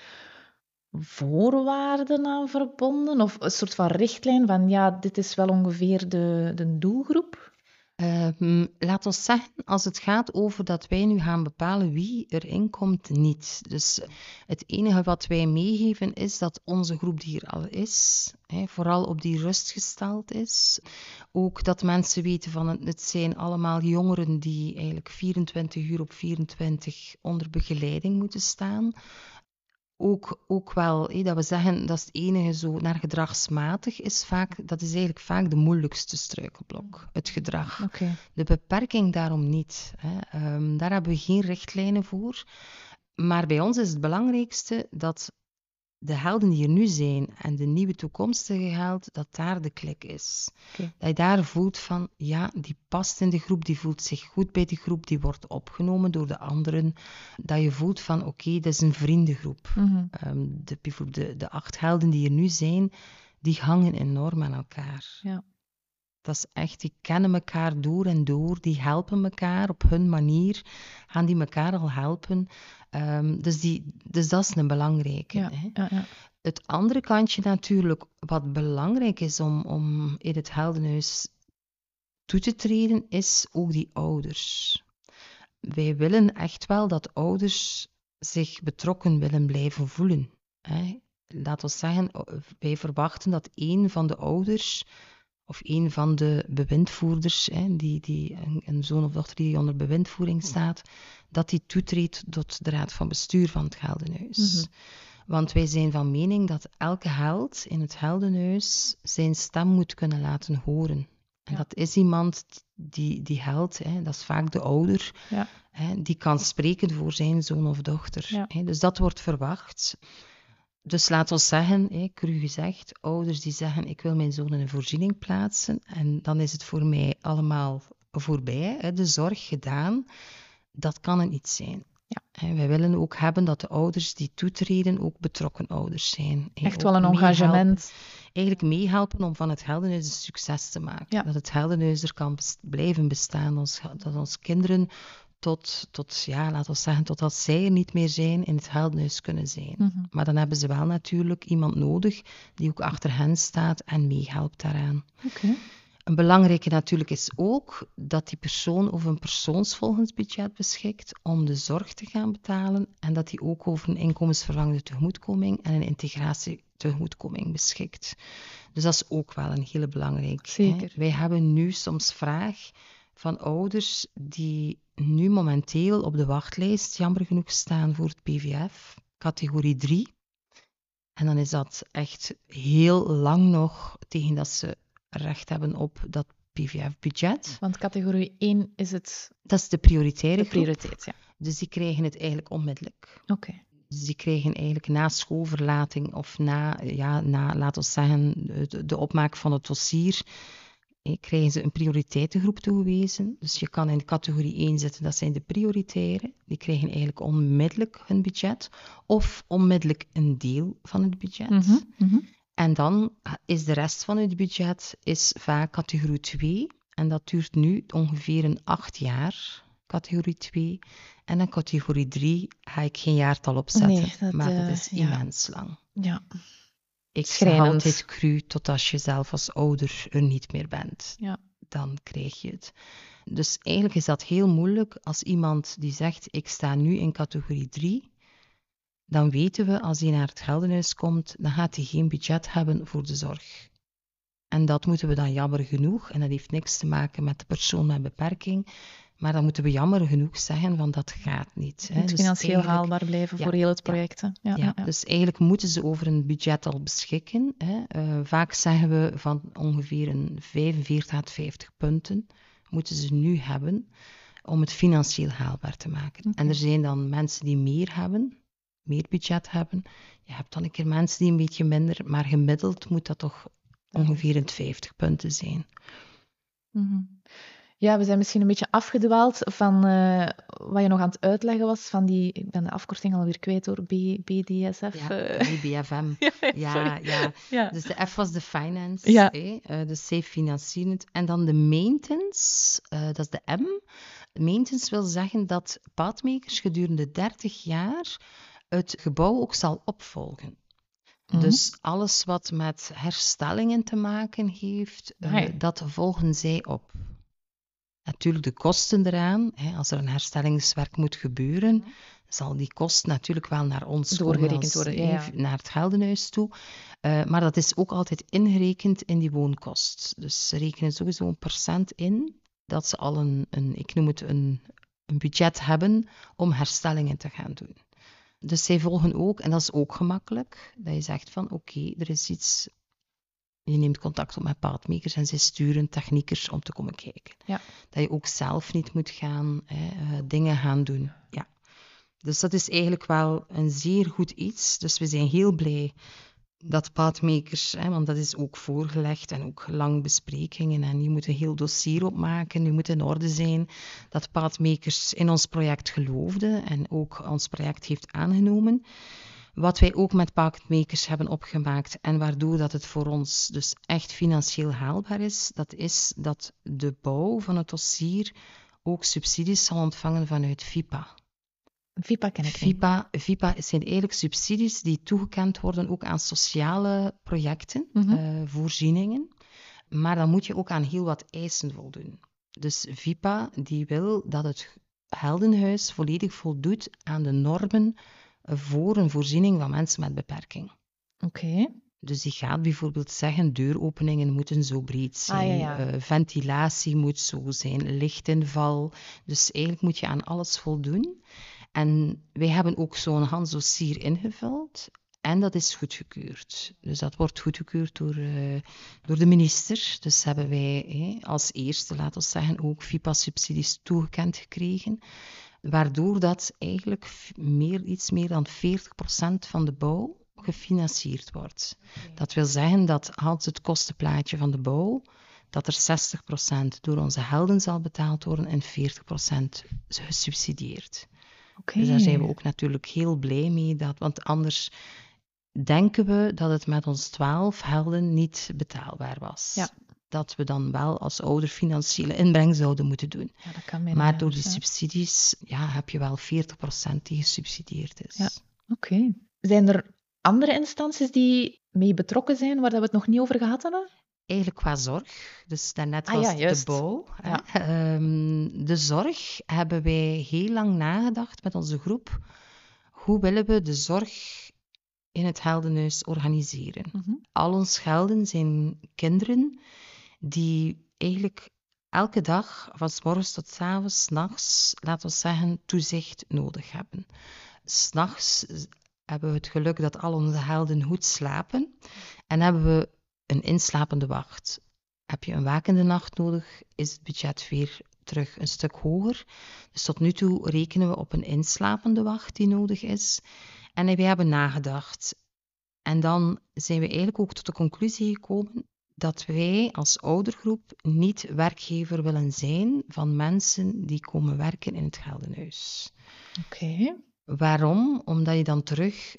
voorwaarden aan verbonden? Of een soort van richtlijn van, ja, dit is wel ongeveer de doelgroep? Laat ons zeggen, als het gaat over dat wij nu gaan bepalen wie erin komt, niet. Dus het enige wat wij meegeven is dat onze groep die er al is, vooral op die rust gesteld is. Ook dat mensen weten van het zijn allemaal jongeren die eigenlijk 24 uur op 24 onder begeleiding moeten staan. Ook wel, dat we zeggen, dat is het enige zo naar gedragsmatig is vaak, dat is eigenlijk vaak de moeilijkste struikelblok, het gedrag. Okay. De beperking daarom niet. Daar hebben we geen richtlijnen voor. Maar bij ons is het belangrijkste dat de helden die er nu zijn en de nieuwe toekomstige held, dat daar de klik is. Okay. Dat je daar voelt van, ja, die past in de groep, die voelt zich goed bij de groep, die wordt opgenomen door de anderen. Dat je voelt van, oké, dat is een vriendengroep. Mm-hmm. De 8 helden die er nu zijn, die hangen enorm aan elkaar. Ja. Dat is echt, die kennen elkaar door en door, die helpen elkaar op hun manier, gaan die elkaar al helpen. Dus dat is een belangrijke. Ja, hè. ja. Het andere kantje natuurlijk, wat belangrijk is om in het heldenhuis toe te treden, is ook die ouders. Wij willen echt wel dat ouders zich betrokken willen blijven voelen. Hè. Laat ons zeggen, wij verwachten dat één van de ouders of een van de bewindvoerders, een zoon of dochter die onder bewindvoering staat, dat die toetreedt tot de raad van bestuur van het heldenhuis. Mm-hmm. Want wij zijn van mening dat elke held in het heldenhuis zijn stem moet kunnen laten horen. En dat is iemand die held, dat is vaak de ouder, die kan spreken voor zijn zoon of dochter. Ja. Dus dat wordt verwacht. Dus laat ons zeggen, cru gezegd, ouders die zeggen ik wil mijn zoon in een voorziening plaatsen en dan is het voor mij allemaal voorbij, de zorg gedaan. Dat kan het niet zijn. Ja. Wij willen ook hebben dat de ouders die toetreden ook betrokken ouders zijn. Echt wel een engagement. Eigenlijk meehelpen om van het heldenhuis een succes te maken. Ja. Dat het heldenhuis er kan blijven bestaan, dat onze kinderen laten we zeggen, totdat zij er niet meer zijn, in het heldenhuis kunnen zijn. Mm-hmm. Maar dan hebben ze wel natuurlijk iemand nodig die ook achter hen staat en meehelpt daaraan. Okay. Een belangrijke natuurlijk is ook dat die persoon over een persoonsvolgend budget beschikt om de zorg te gaan betalen en dat hij ook over een inkomensvervangende tegemoetkoming en een integratie tegemoetkoming beschikt. Dus dat is ook wel een hele belangrijke. Zeker. Wij hebben nu soms vraag van ouders die nu momenteel op de wachtlijst, jammer genoeg, staan voor het PVF, categorie 3. En dan is dat echt heel lang nog tegen dat ze recht hebben op dat PVF-budget. Want categorie 1 is het... Dat is de prioritaire groep. prioriteit, ja. Dus die krijgen het eigenlijk onmiddellijk. Oké. Dus die krijgen eigenlijk na schoolverlating of na laten we zeggen, de opmaak van het dossier, krijgen ze een prioriteitengroep toegewezen. Dus je kan in de categorie 1 zitten, dat zijn de prioritaire. Die krijgen eigenlijk onmiddellijk hun budget of onmiddellijk een deel van het budget. Mm-hmm. Mm-hmm. En dan is de rest van het budget is vaak categorie 2. En dat duurt nu ongeveer een 8 jaar, categorie 2. En dan categorie 3 ga ik geen jaartal opzetten, maar dat is immens lang. Ja. Ik zeg altijd cru, tot als je zelf als ouder er niet meer bent. Ja. Dan krijg je het. Dus eigenlijk is dat heel moeilijk als iemand die zegt, ik sta nu in categorie 3... Dan weten we, als hij naar het heldenhuis komt, dan gaat hij geen budget hebben voor de zorg. En dat moeten we dan jammer genoeg, en dat heeft niks te maken met de persoon met beperking, maar dan moeten we jammer genoeg zeggen van dat gaat niet. Het moet dus financieel haalbaar blijven voor heel het project. Ja. Dus eigenlijk moeten ze over een budget al beschikken. Vaak zeggen we van ongeveer een 45 à 50 punten moeten ze nu hebben om het financieel haalbaar te maken. Okay. En er zijn dan mensen die meer hebben. meer budget hebben. Je hebt dan een keer mensen die een beetje minder, maar gemiddeld moet dat toch ongeveer in 50 punten zijn. Ja, we zijn misschien een beetje afgedwaald van wat je nog aan het uitleggen was, van die, ik ben de afkorting alweer kwijt hoor, BDSF. Ja, BFM. Ja. Dus de F was de finance, de safe financierend. En dan de maintenance, dat is de M. Maintenance wil zeggen dat Pathmakers gedurende 30 jaar het gebouw ook zal opvolgen. Dus alles wat met herstellingen te maken heeft, dat volgen zij op. Natuurlijk de kosten eraan. Als er een herstellingswerk moet gebeuren, zal die kost natuurlijk wel naar ons doorgerekend worden, naar het geldenhuis toe. Maar dat is ook altijd ingerekend in die woonkost. Dus ze rekenen sowieso een % in dat ze al een budget hebben om herstellingen te gaan doen. Dus zij volgen ook, en dat is ook gemakkelijk, dat je zegt van oké, er is iets. Je neemt contact op met Pathmakers en zij sturen techniekers om te komen kijken. Ja. Dat je ook zelf niet moet gaan dingen gaan doen. Ja. Dus dat is eigenlijk wel een zeer goed iets. Dus we zijn heel blij dat Pathmakers, want dat is ook voorgelegd en ook lang besprekingen en je moet een heel dossier opmaken, je moet in orde zijn, dat Pathmakers in ons project geloofde en ook ons project heeft aangenomen. Wat wij ook met Pathmakers hebben opgemaakt en waardoor dat het voor ons dus echt financieel haalbaar is, dat is dat de bouw van het dossier ook subsidies zal ontvangen vanuit VIPA. VIPA ken ik niet. VIPA zijn eigenlijk subsidies die toegekend worden ook aan sociale projecten, voorzieningen. Maar dan moet je ook aan heel wat eisen voldoen. Dus VIPA die wil dat het Heldenhuis volledig voldoet aan de normen voor een voorziening van mensen met beperking. Oké. Dus die gaat bijvoorbeeld zeggen, deuropeningen moeten zo breed zijn, ventilatie moet zo zijn, lichtinval. Dus eigenlijk moet je aan alles voldoen. En wij hebben ook zo'n handdossier ingevuld en dat is goedgekeurd. Dus dat wordt goedgekeurd door de minister. Dus hebben wij als eerste, laten we zeggen, ook VIPA-subsidies toegekend gekregen. Waardoor dat eigenlijk iets meer dan 40% van de bouw gefinancierd wordt. Okay. Dat wil zeggen dat als het kostenplaatje van de bouw, dat er 60% door onze helden zal betaald worden en 40% gesubsidieerd. Okay. Dus daar zijn we ook natuurlijk heel blij mee, want anders denken we dat het met ons 12 helden niet betaalbaar was. Ja. Dat we dan wel als ouder financiële inbreng zouden moeten doen. Ja, dat kan maar door de subsidies heb je wel 40% die gesubsidieerd is. Ja. Oké. Zijn er andere instanties die mee betrokken zijn, waar we het nog niet over gehad hebben? Eigenlijk qua zorg. Dus daarnet was de bouw. Ja. De zorg hebben wij heel lang nagedacht met onze groep. Hoe willen we de zorg in het Heldenhuis organiseren? Al ons helden zijn kinderen die eigenlijk elke dag, van 's morgens tot 's avonds, 's nachts, laten we zeggen, toezicht nodig hebben. 's Nachts hebben we het geluk dat al onze helden goed slapen en hebben we een inslapende wacht. Heb je een wakende nacht nodig, is het budget weer terug een stuk hoger. Dus tot nu toe rekenen we op een inslapende wacht die nodig is. En wij hebben nagedacht. En dan zijn we eigenlijk ook tot de conclusie gekomen dat wij als oudergroep niet werkgever willen zijn van mensen die komen werken in het Heldenhuis. Oké. Waarom? Omdat je dan terug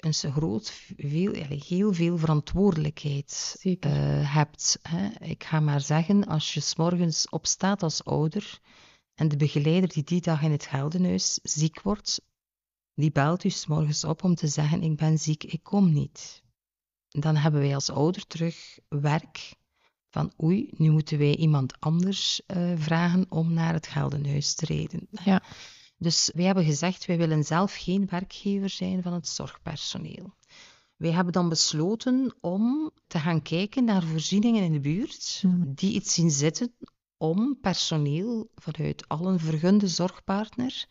heel veel verantwoordelijkheid hebt. Ik ga maar zeggen, als je 's morgens opstaat als ouder en de begeleider die dag in het Heldenhuis ziek wordt, die belt u 's morgens op om te zeggen, ik ben ziek, ik kom niet. Dan hebben wij als ouder terug werk van oei, nu moeten wij iemand anders vragen om naar het Heldenhuis te rijden. Ja. Dus wij hebben gezegd, wij willen zelf geen werkgever zijn van het zorgpersoneel. Wij hebben dan besloten om te gaan kijken naar voorzieningen in de buurt die iets zien zitten om personeel vanuit al een vergunde zorgpartner,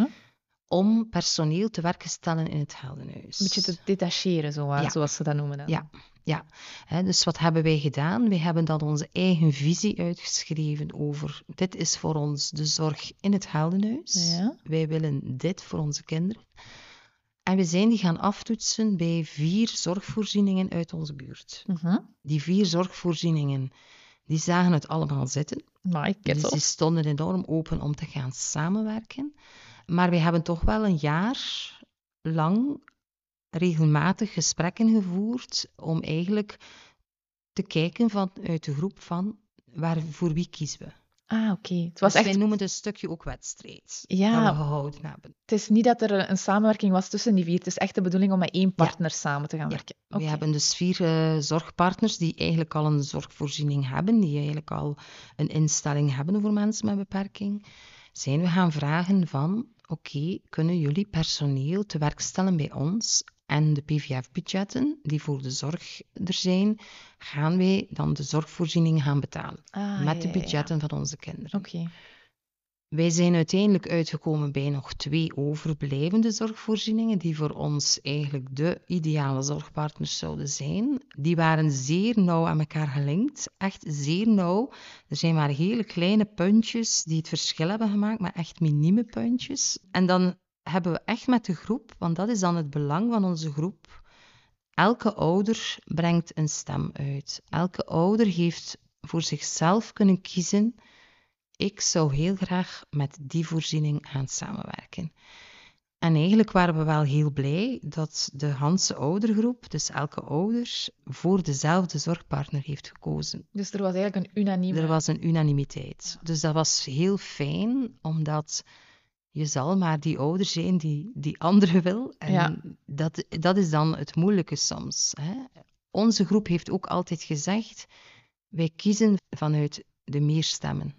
om personeel te werk te stellen in het Heldenhuis. Een beetje te detacheren, zoals ze dat noemen dan. Ja. Dus wat hebben wij gedaan? Wij hebben dan onze eigen visie uitgeschreven over dit is voor ons de zorg in het Heldenhuis. Ja. Wij willen dit voor onze kinderen. En we zijn die gaan aftoetsen bij 4 zorgvoorzieningen uit onze buurt. Die 4 zorgvoorzieningen, die zagen het allemaal zitten. Dus die stonden enorm open om te gaan samenwerken. Maar we hebben toch wel een jaar lang regelmatig gesprekken gevoerd om eigenlijk te kijken vanuit de groep van voor wie kiezen we. Oké. Het was dus wij noemen het een stukje ook wedstrijd dat we gehouden hebben. Het is niet dat er een samenwerking was tussen die 4. Het is echt de bedoeling om met 1 partner samen te gaan werken. We hebben dus 4 zorgpartners die eigenlijk al een zorgvoorziening hebben, die eigenlijk al een instelling hebben voor mensen met beperking. Zijn we gaan vragen van, oké, kunnen jullie personeel te werk stellen bij ons en de PVF-budgetten die voor de zorg er zijn, gaan wij dan de zorgvoorziening gaan betalen met de budgetten van onze kinderen. Wij zijn uiteindelijk uitgekomen bij nog 2 overblijvende zorgvoorzieningen die voor ons eigenlijk de ideale zorgpartners zouden zijn. Die waren zeer nauw aan elkaar gelinkt, echt zeer nauw. Er zijn maar hele kleine puntjes die het verschil hebben gemaakt, maar echt minieme puntjes. En dan hebben we echt met de groep, want dat is dan het belang van onze groep, elke ouder brengt een stem uit. Elke ouder heeft voor zichzelf kunnen kiezen, ik zou heel graag met die voorziening gaan samenwerken. En eigenlijk waren we wel heel blij dat de Hanse oudergroep, dus elke ouder, voor dezelfde zorgpartner heeft gekozen. Dus er was eigenlijk Er was een unanimiteit. Ja. Dus dat was heel fijn, omdat je zal maar die ouder zijn die andere wil. En dat is dan het moeilijke soms. Hè? Onze groep heeft ook altijd gezegd, wij kiezen vanuit de meerstemmen.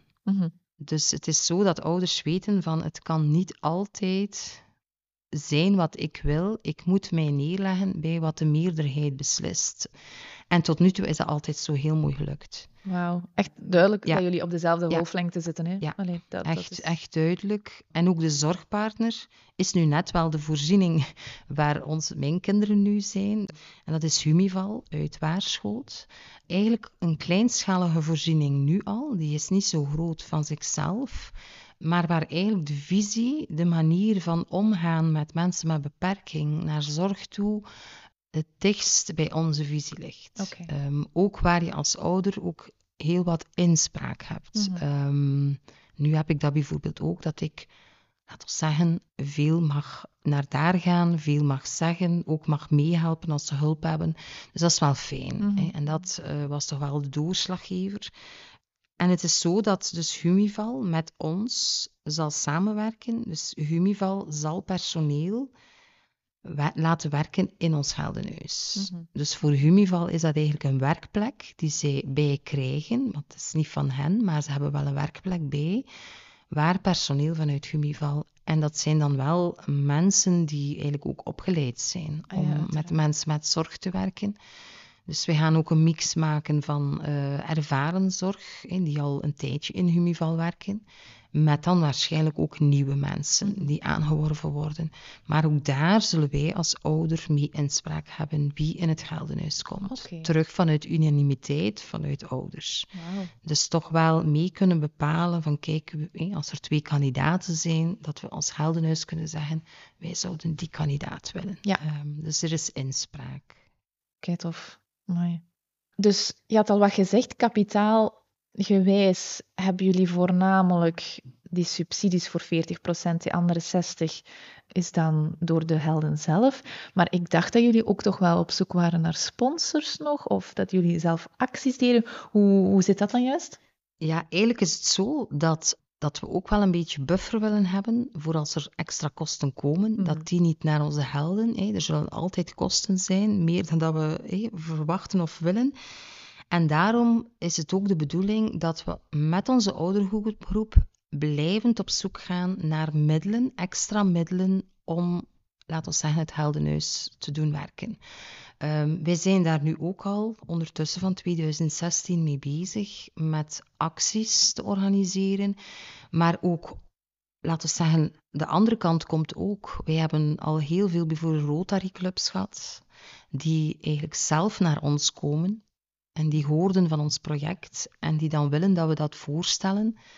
Dus het is zo dat ouders weten van het kan niet altijd zijn wat ik wil. Ik moet mij neerleggen bij wat de meerderheid beslist. En tot nu toe is dat altijd zo heel mooi gelukt. Wauw, echt duidelijk dat jullie op dezelfde golflengte zitten. Hè? Ja, echt duidelijk. En ook de zorgpartner is nu net wel de voorziening waar mijn kinderen nu zijn. En dat is Humival uit Waarschoot. Eigenlijk een kleinschalige voorziening nu al. Die is niet zo groot van zichzelf. Maar waar eigenlijk de visie, de manier van omgaan met mensen met beperking naar zorg toe, het dichtst bij onze visie ligt. Ook waar je als ouder ook heel wat inspraak hebt. Nu heb ik dat bijvoorbeeld ook, dat ik, laten we zeggen, veel mag naar daar gaan, veel mag zeggen, ook mag meehelpen als ze hulp hebben. Dus dat is wel fijn. Hè? En dat was toch wel de doorslaggever. En het is zo dat dus Humival met ons zal samenwerken. Dus Humival zal personeel laten werken in ons Geldenhuis. Dus voor Humival is dat eigenlijk een werkplek die zij bij krijgen, want het is niet van hen, maar ze hebben wel een werkplek bij, waar personeel vanuit Humival, en dat zijn dan wel mensen die eigenlijk ook opgeleid zijn om met mensen met zorg te werken. Dus we gaan ook een mix maken van ervaren zorg, die al een tijdje in Humival werken, met dan waarschijnlijk ook nieuwe mensen die aangeworven worden. Maar ook daar zullen wij als ouder mee inspraak hebben wie in het Geldenhuis komt. Terug vanuit unanimiteit, vanuit ouders. Wow. Dus toch wel mee kunnen bepalen van kijk, als er 2 kandidaten zijn, dat we als Geldenhuis kunnen zeggen, wij zouden die kandidaat willen. Dus er is inspraak. Kijk, tof. Mooi. Dus je had al wat gezegd, kapitaalgewijs hebben jullie voornamelijk die subsidies voor 40%, die andere 60% is dan door de helden zelf. Maar ik dacht dat jullie ook toch wel op zoek waren naar sponsors nog, of dat jullie zelf acties deden. Hoe zit dat dan juist? Ja, eigenlijk is het zo dat we ook wel een beetje buffer willen hebben voor als er extra kosten komen, dat die niet naar onze helden. Er zullen altijd kosten zijn, meer dan dat we verwachten of willen. En daarom is het ook de bedoeling dat we met onze oudergroep blijvend op zoek gaan naar middelen, extra middelen om, laten we zeggen, het Heldenhuis te doen werken. Wij zijn daar nu ook al ondertussen van 2016 mee bezig met acties te organiseren, maar ook, laten we zeggen, de andere kant komt ook. Wij hebben al heel veel bijvoorbeeld Rotary-clubs gehad, die eigenlijk zelf naar ons komen en die hoorden van ons project en die dan willen dat we dat voorstellen.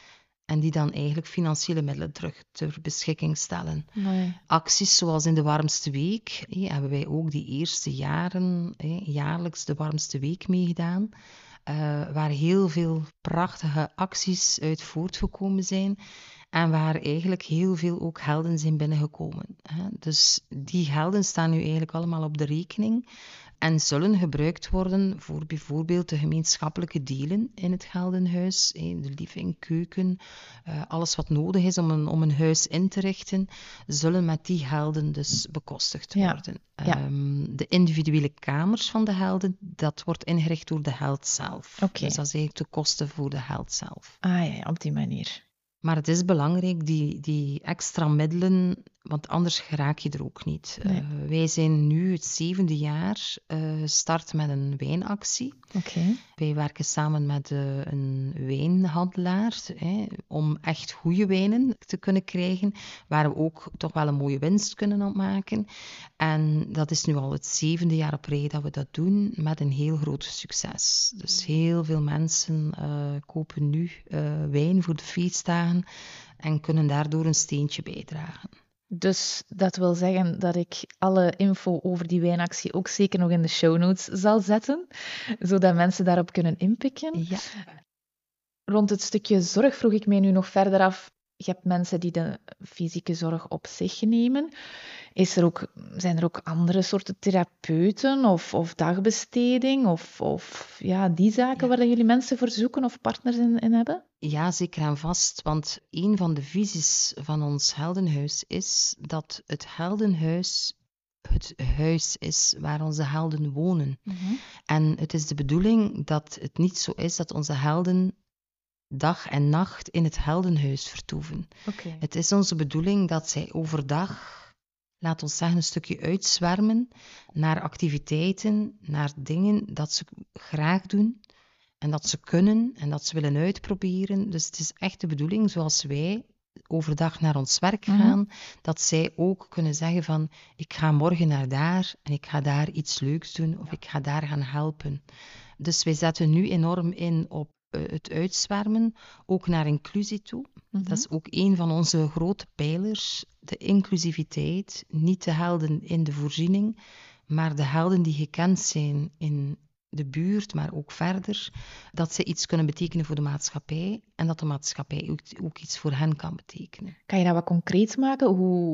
en die dan eigenlijk financiële middelen terug ter beschikking stellen. Nee. Acties zoals in de Warmste Week hebben wij ook die eerste jaren jaarlijks de Warmste Week meegedaan, waar heel veel prachtige acties uit voortgekomen zijn en waar eigenlijk heel veel ook gelden zijn binnengekomen. Dus die gelden staan nu eigenlijk allemaal op de rekening en zullen gebruikt worden voor bijvoorbeeld de gemeenschappelijke delen in het Geldenhuis, de living, keuken, alles wat nodig is om een huis in te richten, zullen met die gelden dus bekostigd worden. Ja. De individuele kamers van de helden, dat wordt ingericht door de held zelf. Oké. Dus dat is eigenlijk de kosten voor de held zelf. Ja, op die manier. Maar het is belangrijk, die extra middelen, want anders geraak je er ook niet. Nee. Wij zijn nu het 7e jaar gestart met een wijnactie. Oké. Wij werken samen met een wijnhandelaar om echt goede wijnen te kunnen krijgen, waar we ook toch wel een mooie winst kunnen opmaken. En dat is nu al het 7e jaar op rij dat we dat doen, met een heel groot succes. Dus heel veel mensen kopen nu wijn voor de feestdagen en kunnen daardoor een steentje bijdragen. Dus dat wil zeggen dat ik alle info over die wijnactie ook zeker nog in de show notes zal zetten, zodat mensen daarop kunnen inpikken. Ja. Rond het stukje zorg vroeg ik mij nu nog verder af. Je hebt mensen die de fysieke zorg op zich nemen. Zijn er ook andere soorten therapeuten of dagbesteding of die zaken waar jullie mensen voor zoeken of partners in hebben? Ja, zeker en vast. Want een van de visies van ons heldenhuis is dat het heldenhuis het huis is waar onze helden wonen. Mm-hmm. En het is de bedoeling dat het niet zo is dat onze helden dag en nacht in het heldenhuis vertoeven. Okay. Het is onze bedoeling dat zij overdag, laat ons zeggen, een stukje uitzwermen naar activiteiten, naar dingen dat ze graag doen en dat ze kunnen en dat ze willen uitproberen. Dus het is echt de bedoeling, zoals wij overdag naar ons werk gaan, dat zij ook kunnen zeggen van, ik ga morgen naar daar en ik ga daar iets leuks doen of ik ga daar gaan helpen. Dus wij zetten nu enorm in op het uitzwermen, ook naar inclusie toe. Mm-hmm. Dat is ook een van onze grote pijlers, de inclusiviteit. Niet de helden in de voorziening, maar de helden die gekend zijn in de buurt, maar ook verder. Dat ze iets kunnen betekenen voor de maatschappij en dat de maatschappij ook iets voor hen kan betekenen. Kan je dat wat concreet maken?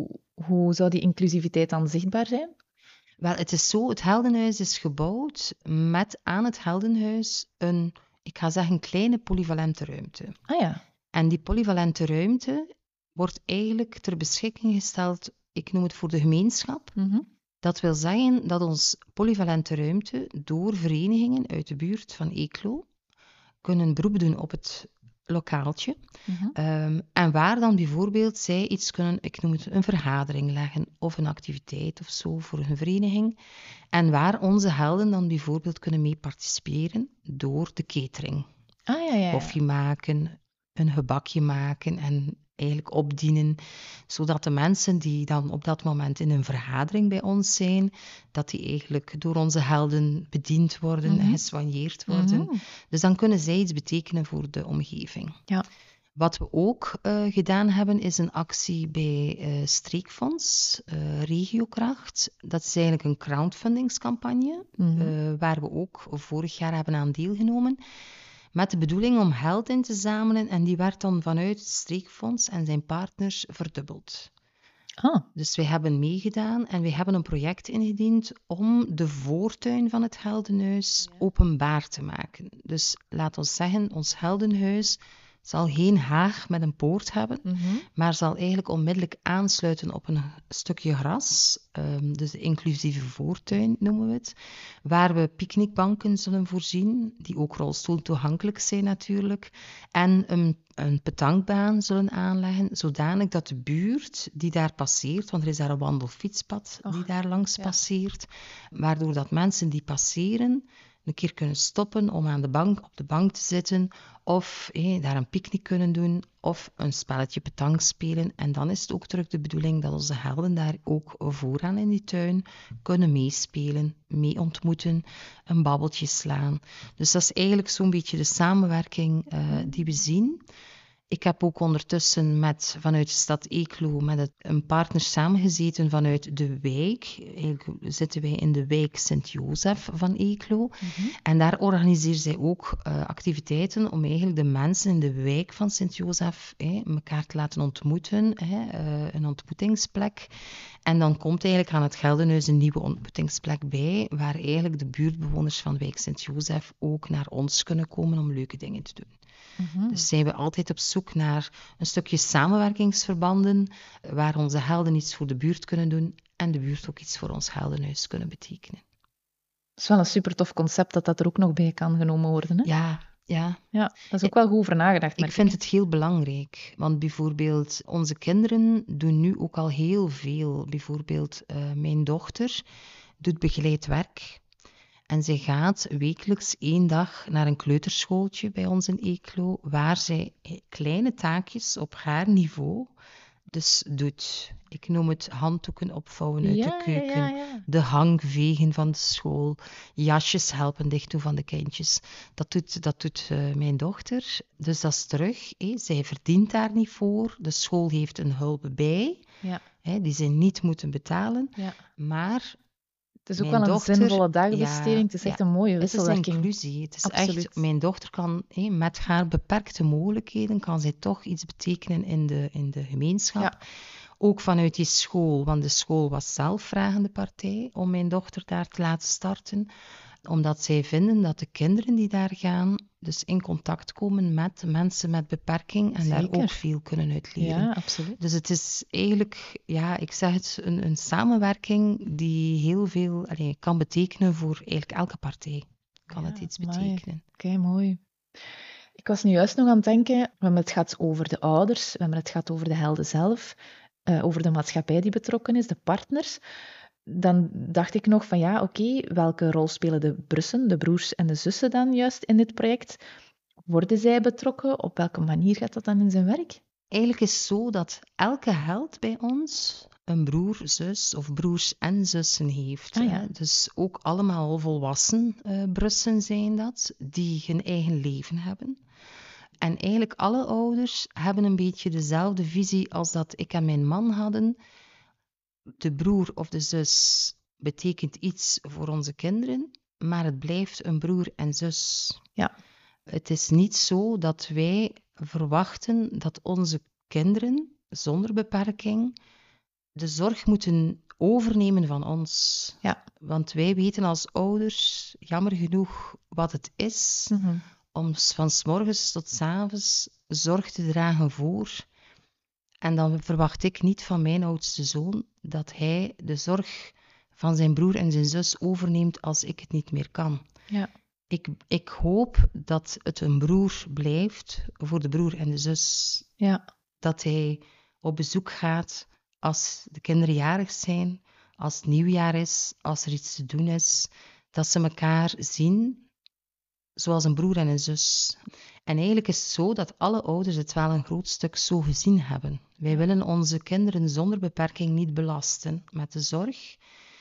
Hoe zou die inclusiviteit dan zichtbaar zijn? Wel, het is zo, het heldenhuis is gebouwd met aan het heldenhuis een, ik ga zeggen, kleine polyvalente ruimte. Ah ja. En die polyvalente ruimte wordt eigenlijk ter beschikking gesteld, ik noem het voor de gemeenschap. Mm-hmm. Dat wil zeggen dat ons polyvalente ruimte door verenigingen uit de buurt van Eeklo kunnen beroep doen op het lokaaltje. Mm-hmm. En waar dan bijvoorbeeld zij iets kunnen, ik noem het een vergadering leggen of een activiteit of zo voor een vereniging. En waar onze helden dan bijvoorbeeld kunnen mee participeren door de catering. Ah ja. Koffie maken, een gebakje maken en eigenlijk opdienen, zodat de mensen die dan op dat moment in een vergadering bij ons zijn, dat die eigenlijk door onze helden bediend worden en gesoigneerd worden. Mm-hmm. Dus dan kunnen zij iets betekenen voor de omgeving. Ja. Wat we ook gedaan hebben, is een actie bij Streekfonds, Regiokracht. Dat is eigenlijk een crowdfundingscampagne, waar we ook vorig jaar hebben aan deelgenomen. Met de bedoeling om geld in te zamelen en die werd dan vanuit het Streekfonds en zijn partners verdubbeld. Ah. Dus wij hebben meegedaan en we hebben een project ingediend om de voortuin van het heldenhuis openbaar te maken. Dus laat ons zeggen, ons heldenhuis zal geen haag met een poort hebben, maar zal eigenlijk onmiddellijk aansluiten op een stukje gras, dus de inclusieve voortuin noemen we het, waar we picknickbanken zullen voorzien, die ook rolstoeltoegankelijk zijn natuurlijk, en een petankbaan zullen aanleggen, zodanig dat de buurt die daar passeert, want er is daar een wandelfietspad die daar langs passeert, waardoor dat mensen die passeren een keer kunnen stoppen om op de bank te zitten of daar een picknick kunnen doen of een spelletje petanque spelen. En dan is het ook terug de bedoeling dat onze helden daar ook vooraan in die tuin kunnen meespelen, mee ontmoeten, een babbeltje slaan. Dus dat is eigenlijk zo'n beetje de samenwerking die we zien. Ik heb ook ondertussen vanuit de stad Eeklo met een partner samengezeten vanuit de wijk. Eigenlijk zitten wij in de wijk Sint-Jozef van Eeklo. En daar organiseert zij ook activiteiten om eigenlijk de mensen in de wijk van Sint-Jozef elkaar te laten ontmoeten. Een ontmoetingsplek. En dan komt eigenlijk aan het Geldenhuis een nieuwe ontmoetingsplek bij, waar eigenlijk de buurtbewoners van wijk Sint-Jozef ook naar ons kunnen komen om leuke dingen te doen. Dus zijn we altijd op zoek naar een stukje samenwerkingsverbanden, waar onze helden iets voor de buurt kunnen doen en de buurt ook iets voor ons Geldenhuis kunnen betekenen. Het is wel een super tof concept dat er ook nog bij kan genomen worden. Hè? Ja, dat is ook wel goed over nagedacht. Ik vind het heel belangrijk, want bijvoorbeeld onze kinderen doen nu ook al heel veel. Bijvoorbeeld mijn dochter doet begeleid werk. En zij gaat wekelijks 1 dag naar een kleuterschooltje bij ons in Eeklo, waar zij kleine taakjes op haar niveau dus doet. Ik noem het handdoeken opvouwen uit de keuken, de hang vegen van de school, jasjes helpen dicht doen van de kindjes. Dat doet mijn dochter. Dus dat is terug. Zij verdient daar niet voor. De school heeft een hulp bij, die ze niet moeten betalen. Maar het is ook wel een zinvolle dagbesteding. Het is echt een mooie wisselwerking. Het is inclusie. Het is echt, mijn dochter kan met haar beperkte mogelijkheden kan zij toch iets betekenen in de gemeenschap. Ja. Ook vanuit die school, want de school was zelf vragende partij om mijn dochter daar te laten starten. Omdat zij vinden dat de kinderen die daar gaan dus in contact komen met mensen met beperking en daar ook veel kunnen uit leren. Ja, absoluut. Dus het is eigenlijk, ik zeg het, een samenwerking die heel veel kan betekenen voor eigenlijk elke partij. Kan het iets betekenen. Oké, mooi. Ik was nu juist nog aan het denken, we hebben het gehad over de ouders, we hebben het gehad over de helden zelf, over de maatschappij die betrokken is, de partners. Dan dacht ik nog van welke rol spelen de brussen, de broers en de zussen dan juist in dit project? Worden zij betrokken? Op welke manier gaat dat dan in zijn werk? Eigenlijk is het zo dat elke held bij ons een broer, zus of broers en zussen heeft. Dus ook allemaal volwassen brussen zijn dat, die hun eigen leven hebben. En eigenlijk alle ouders hebben een beetje dezelfde visie als dat ik en mijn man hadden. De broer of de zus betekent iets voor onze kinderen, maar het blijft een broer en zus. Ja. Het is niet zo dat wij verwachten dat onze kinderen zonder beperking de zorg moeten overnemen van ons. Ja. Want wij weten als ouders, jammer genoeg, wat het is om van 's morgens tot 's avonds zorg te dragen voor. En dan verwacht ik niet van mijn oudste zoon dat hij de zorg van zijn broer en zijn zus overneemt als ik het niet meer kan. Ja. Ik hoop dat het een broer blijft voor de broer en de zus. Ja. Dat hij op bezoek gaat als de kinderen jarig zijn, als het nieuwjaar is, als er iets te doen is. Dat ze elkaar zien zoals een broer en een zus. En eigenlijk is het zo dat alle ouders het wel een groot stuk zo gezien hebben. Wij willen onze kinderen zonder beperking niet belasten met de zorg.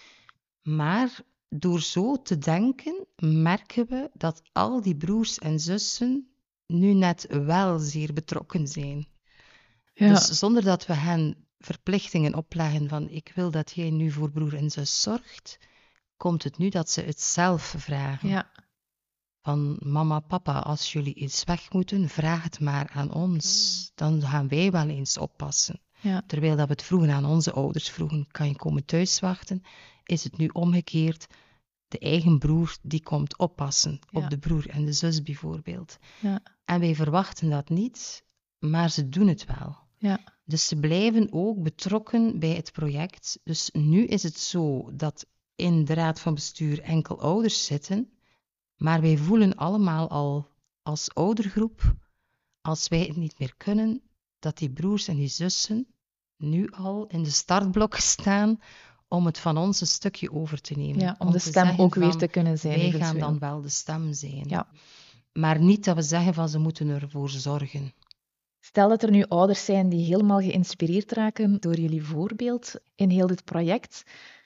Maar door zo te denken, merken we dat al die broers en zussen nu net wel zeer betrokken zijn. Ja. Dus zonder dat we hen verplichtingen opleggen van ik wil dat jij nu voor broer en zus zorgt, komt het nu dat ze het zelf vragen. Ja. Van mama, papa, als jullie eens weg moeten, vraag het maar aan ons. Dan gaan wij wel eens oppassen. Ja. Terwijl dat we het vroegen aan onze ouders vroegen, kan je komen thuiswachten? Is het nu omgekeerd? De eigen broer die komt oppassen op de broer en de zus bijvoorbeeld. Ja. En wij verwachten dat niet, maar ze doen het wel. Ja. Dus ze blijven ook betrokken bij het project. Dus nu is het zo dat in de raad van bestuur enkel ouders zitten, maar wij voelen allemaal al als oudergroep, als wij het niet meer kunnen, dat die broers en die zussen nu al in de startblokken staan om het van ons een stukje over te nemen. Ja, om de stem ook weer te kunnen zijn. Wij gaan dan wel de stem zijn. Ja. Maar niet dat we zeggen van ze moeten ervoor zorgen. Stel dat er nu ouders zijn die helemaal geïnspireerd raken door jullie voorbeeld in heel dit project.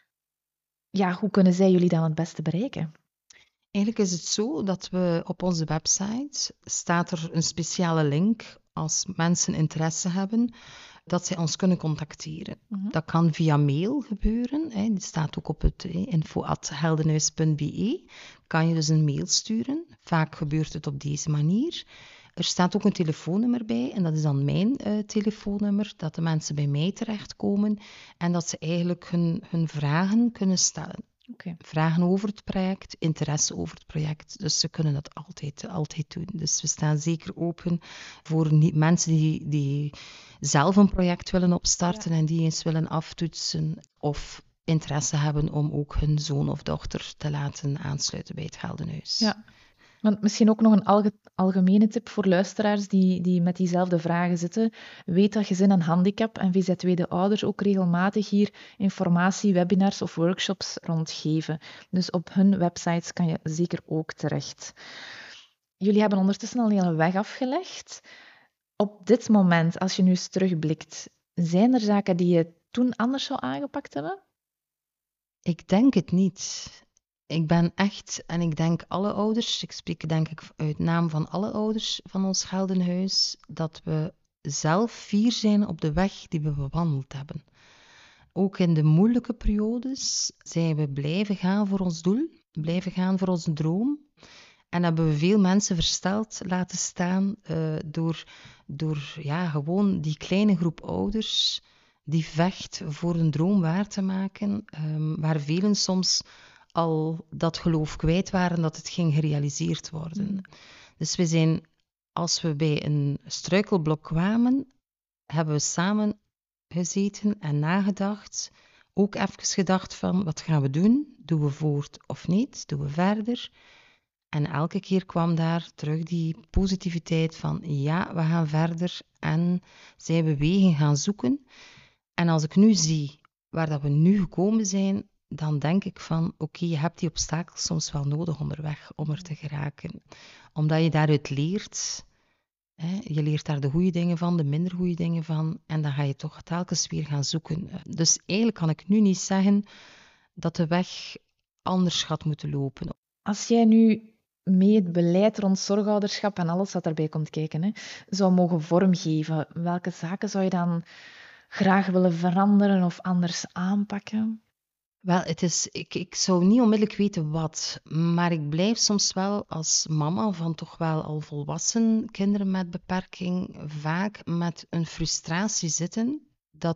Ja, hoe kunnen zij jullie dan het beste bereiken? Eigenlijk is het zo dat we op onze website staat er een speciale link als mensen interesse hebben, dat zij ons kunnen contacteren. Mhm. Dat kan via mail gebeuren. Die staat ook op het info@heldenhuis.be. Kan je dus een mail sturen. Vaak gebeurt het op deze manier. Er staat ook een telefoonnummer bij en dat is dan mijn telefoonnummer, dat de mensen bij mij terechtkomen en dat ze eigenlijk hun vragen kunnen stellen. Oké. Vragen over het project, interesse over het project. Dus ze kunnen dat altijd doen. Dus we staan zeker open voor mensen die zelf een project willen opstarten en die eens willen aftoetsen of interesse hebben om ook hun zoon of dochter te laten aansluiten bij het Heldenhuis. Ja. Want misschien ook nog een algemene tip voor luisteraars die met diezelfde vragen zitten. Weet dat Gezin en Handicap en VZW De Ouders ook regelmatig hier informatie, webinars of workshops rondgeven. Dus op hun websites kan je zeker ook terecht. Jullie hebben ondertussen al een hele weg afgelegd. Op dit moment, als je nu eens terugblikt, zijn er zaken die je toen anders zou aangepakt hebben? Ik denk het niet. Ik ben echt, en ik denk alle ouders, ik spreek denk ik uit naam van alle ouders van ons Heldenhuis, dat we zelf fier zijn op de weg die we bewandeld hebben. Ook in de moeilijke periodes zijn we blijven gaan voor ons doel, blijven gaan voor onze droom. En hebben we veel mensen versteld laten staan door gewoon die kleine groep ouders die vecht voor een droom waar te maken, waar velen soms al dat geloof kwijt waren dat het ging gerealiseerd worden. Dus we zijn, als we bij een struikelblok kwamen, hebben we samen gezeten en nagedacht. Ook even gedacht van, wat gaan we doen? Doen we voort of niet? Doen we verder? En elke keer kwam daar terug die positiviteit van, ja, we gaan verder. En zij beweging gaan zoeken. En als ik nu zie waar dat we nu gekomen zijn, dan denk ik van, oké, je hebt die obstakels soms wel nodig onderweg om er te geraken. Omdat je daaruit leert. Je leert daar de goede dingen van, de minder goede dingen van. En dan ga je toch telkens weer gaan zoeken. Dus eigenlijk kan ik nu niet zeggen dat de weg anders gaat moeten lopen. Als jij nu mee het beleid rond zorgouderschap en alles wat daarbij komt kijken, zou mogen vormgeven, welke zaken zou je dan graag willen veranderen of anders aanpakken? Wel, ik zou niet onmiddellijk weten wat, maar ik blijf soms wel als mama van toch wel al volwassen kinderen met beperking vaak met een frustratie zitten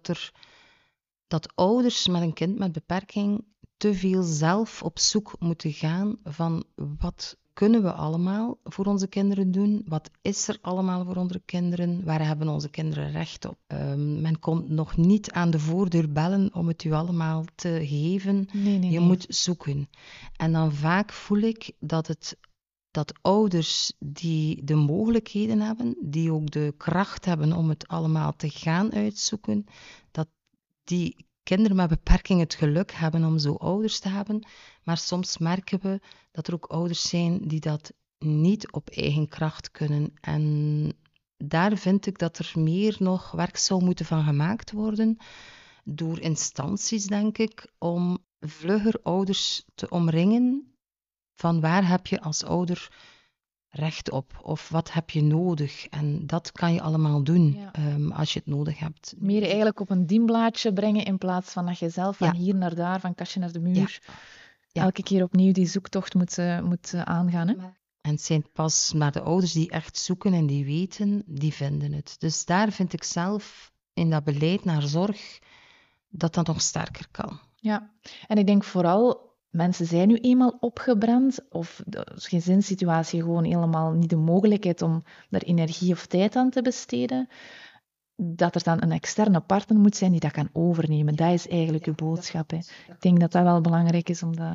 dat ouders met een kind met beperking te veel zelf op zoek moeten gaan van wat kunnen we allemaal voor onze kinderen doen? Wat is er allemaal voor onze kinderen? Waar hebben onze kinderen recht op? Men komt nog niet aan de voordeur bellen om het u allemaal te geven. Nee. Je moet zoeken. En dan vaak voel ik dat ouders die de mogelijkheden hebben, die ook de kracht hebben om het allemaal te gaan uitzoeken, dat die kinderen met beperking het geluk hebben om zo ouders te hebben. Maar soms merken we dat er ook ouders zijn die dat niet op eigen kracht kunnen. En daar vind ik dat er meer nog werk zou moeten van gemaakt worden door instanties, denk ik, om vlugger ouders te omringen van waar heb je als ouder recht op of wat heb je nodig. En dat kan je allemaal doen als je het nodig hebt. Meer eigenlijk op een dienblaadje brengen in plaats van dat je zelf van hier naar daar, van kastje naar de muur, elke keer opnieuw die zoektocht moet aangaan. Hè? En het zijn pas maar de ouders die echt zoeken en die weten, die vinden het. Dus daar vind ik zelf in dat beleid naar zorg dat nog sterker kan. Ja, en ik denk vooral, mensen zijn nu eenmaal opgebrand of de gezinssituatie gewoon helemaal niet de mogelijkheid om daar energie of tijd aan te besteden, dat er dan een externe partner moet zijn die dat kan overnemen. Dat is eigenlijk uw boodschap. Hè. Ik denk dat dat wel belangrijk is om dat...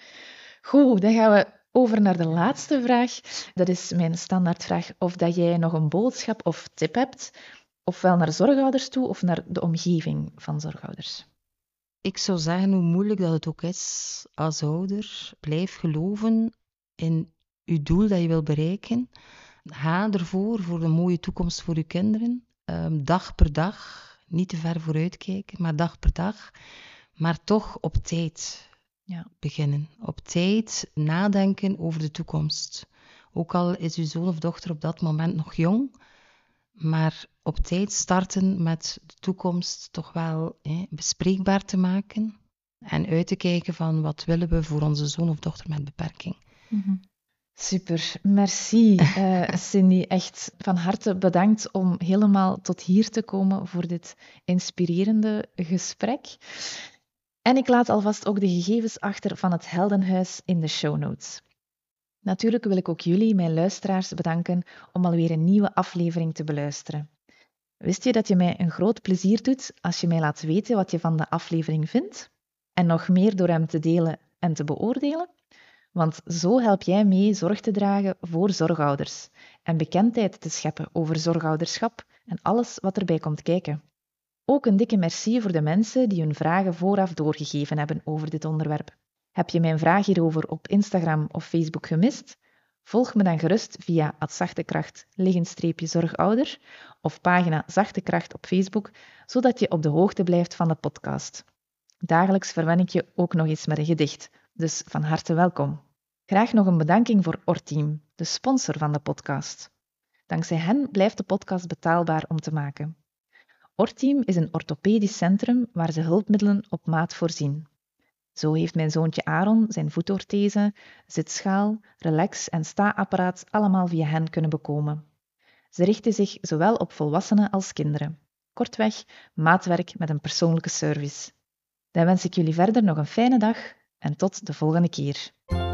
Goed, dan gaan we over naar de laatste vraag. Dat is mijn standaardvraag, of dat jij nog een boodschap of tip hebt, ofwel naar zorgouders toe of naar de omgeving van zorgouders. Ik zou zeggen, hoe moeilijk dat het ook is als ouder, blijf geloven in je doel dat je wil bereiken. Ga ervoor, voor een mooie toekomst voor je kinderen. Dag per dag, niet te ver vooruit kijken, maar dag per dag. Maar toch op tijd beginnen. Op tijd nadenken over de toekomst. Ook al is uw zoon of dochter op dat moment nog jong, maar op tijd starten met de toekomst toch wel bespreekbaar te maken en uit te kijken van wat willen we voor onze zoon of dochter met beperking. Super, merci Cindy. Echt van harte bedankt om helemaal tot hier te komen voor dit inspirerende gesprek. En ik laat alvast ook de gegevens achter van het Heldenhuis in de show notes. Natuurlijk wil ik ook jullie, mijn luisteraars, bedanken om alweer een nieuwe aflevering te beluisteren. Wist je dat je mij een groot plezier doet als je mij laat weten wat je van de aflevering vindt? En nog meer door hem te delen en te beoordelen? Want zo help jij mee zorg te dragen voor zorgouders en bekendheid te scheppen over zorgouderschap en alles wat erbij komt kijken. Ook een dikke merci voor de mensen die hun vragen vooraf doorgegeven hebben over dit onderwerp. Heb je mijn vraag hierover op Instagram of Facebook gemist? Volg me dan gerust via @zachtekracht_zorgouder of pagina Zachte Kracht op Facebook, zodat je op de hoogte blijft van de podcast. Dagelijks verwen ik je ook nog eens met een gedicht, dus van harte welkom. Graag nog een bedanking voor Orteam, de sponsor van de podcast. Dankzij hen blijft de podcast betaalbaar om te maken. Orteam is een orthopedisch centrum waar ze hulpmiddelen op maat voorzien. Zo heeft mijn zoontje Aaron zijn voetorthese, zitschaal, relax- en sta-apparaat allemaal via hen kunnen bekomen. Ze richten zich zowel op volwassenen als kinderen. Kortweg, maatwerk met een persoonlijke service. Dan wens ik jullie verder nog een fijne dag en tot de volgende keer.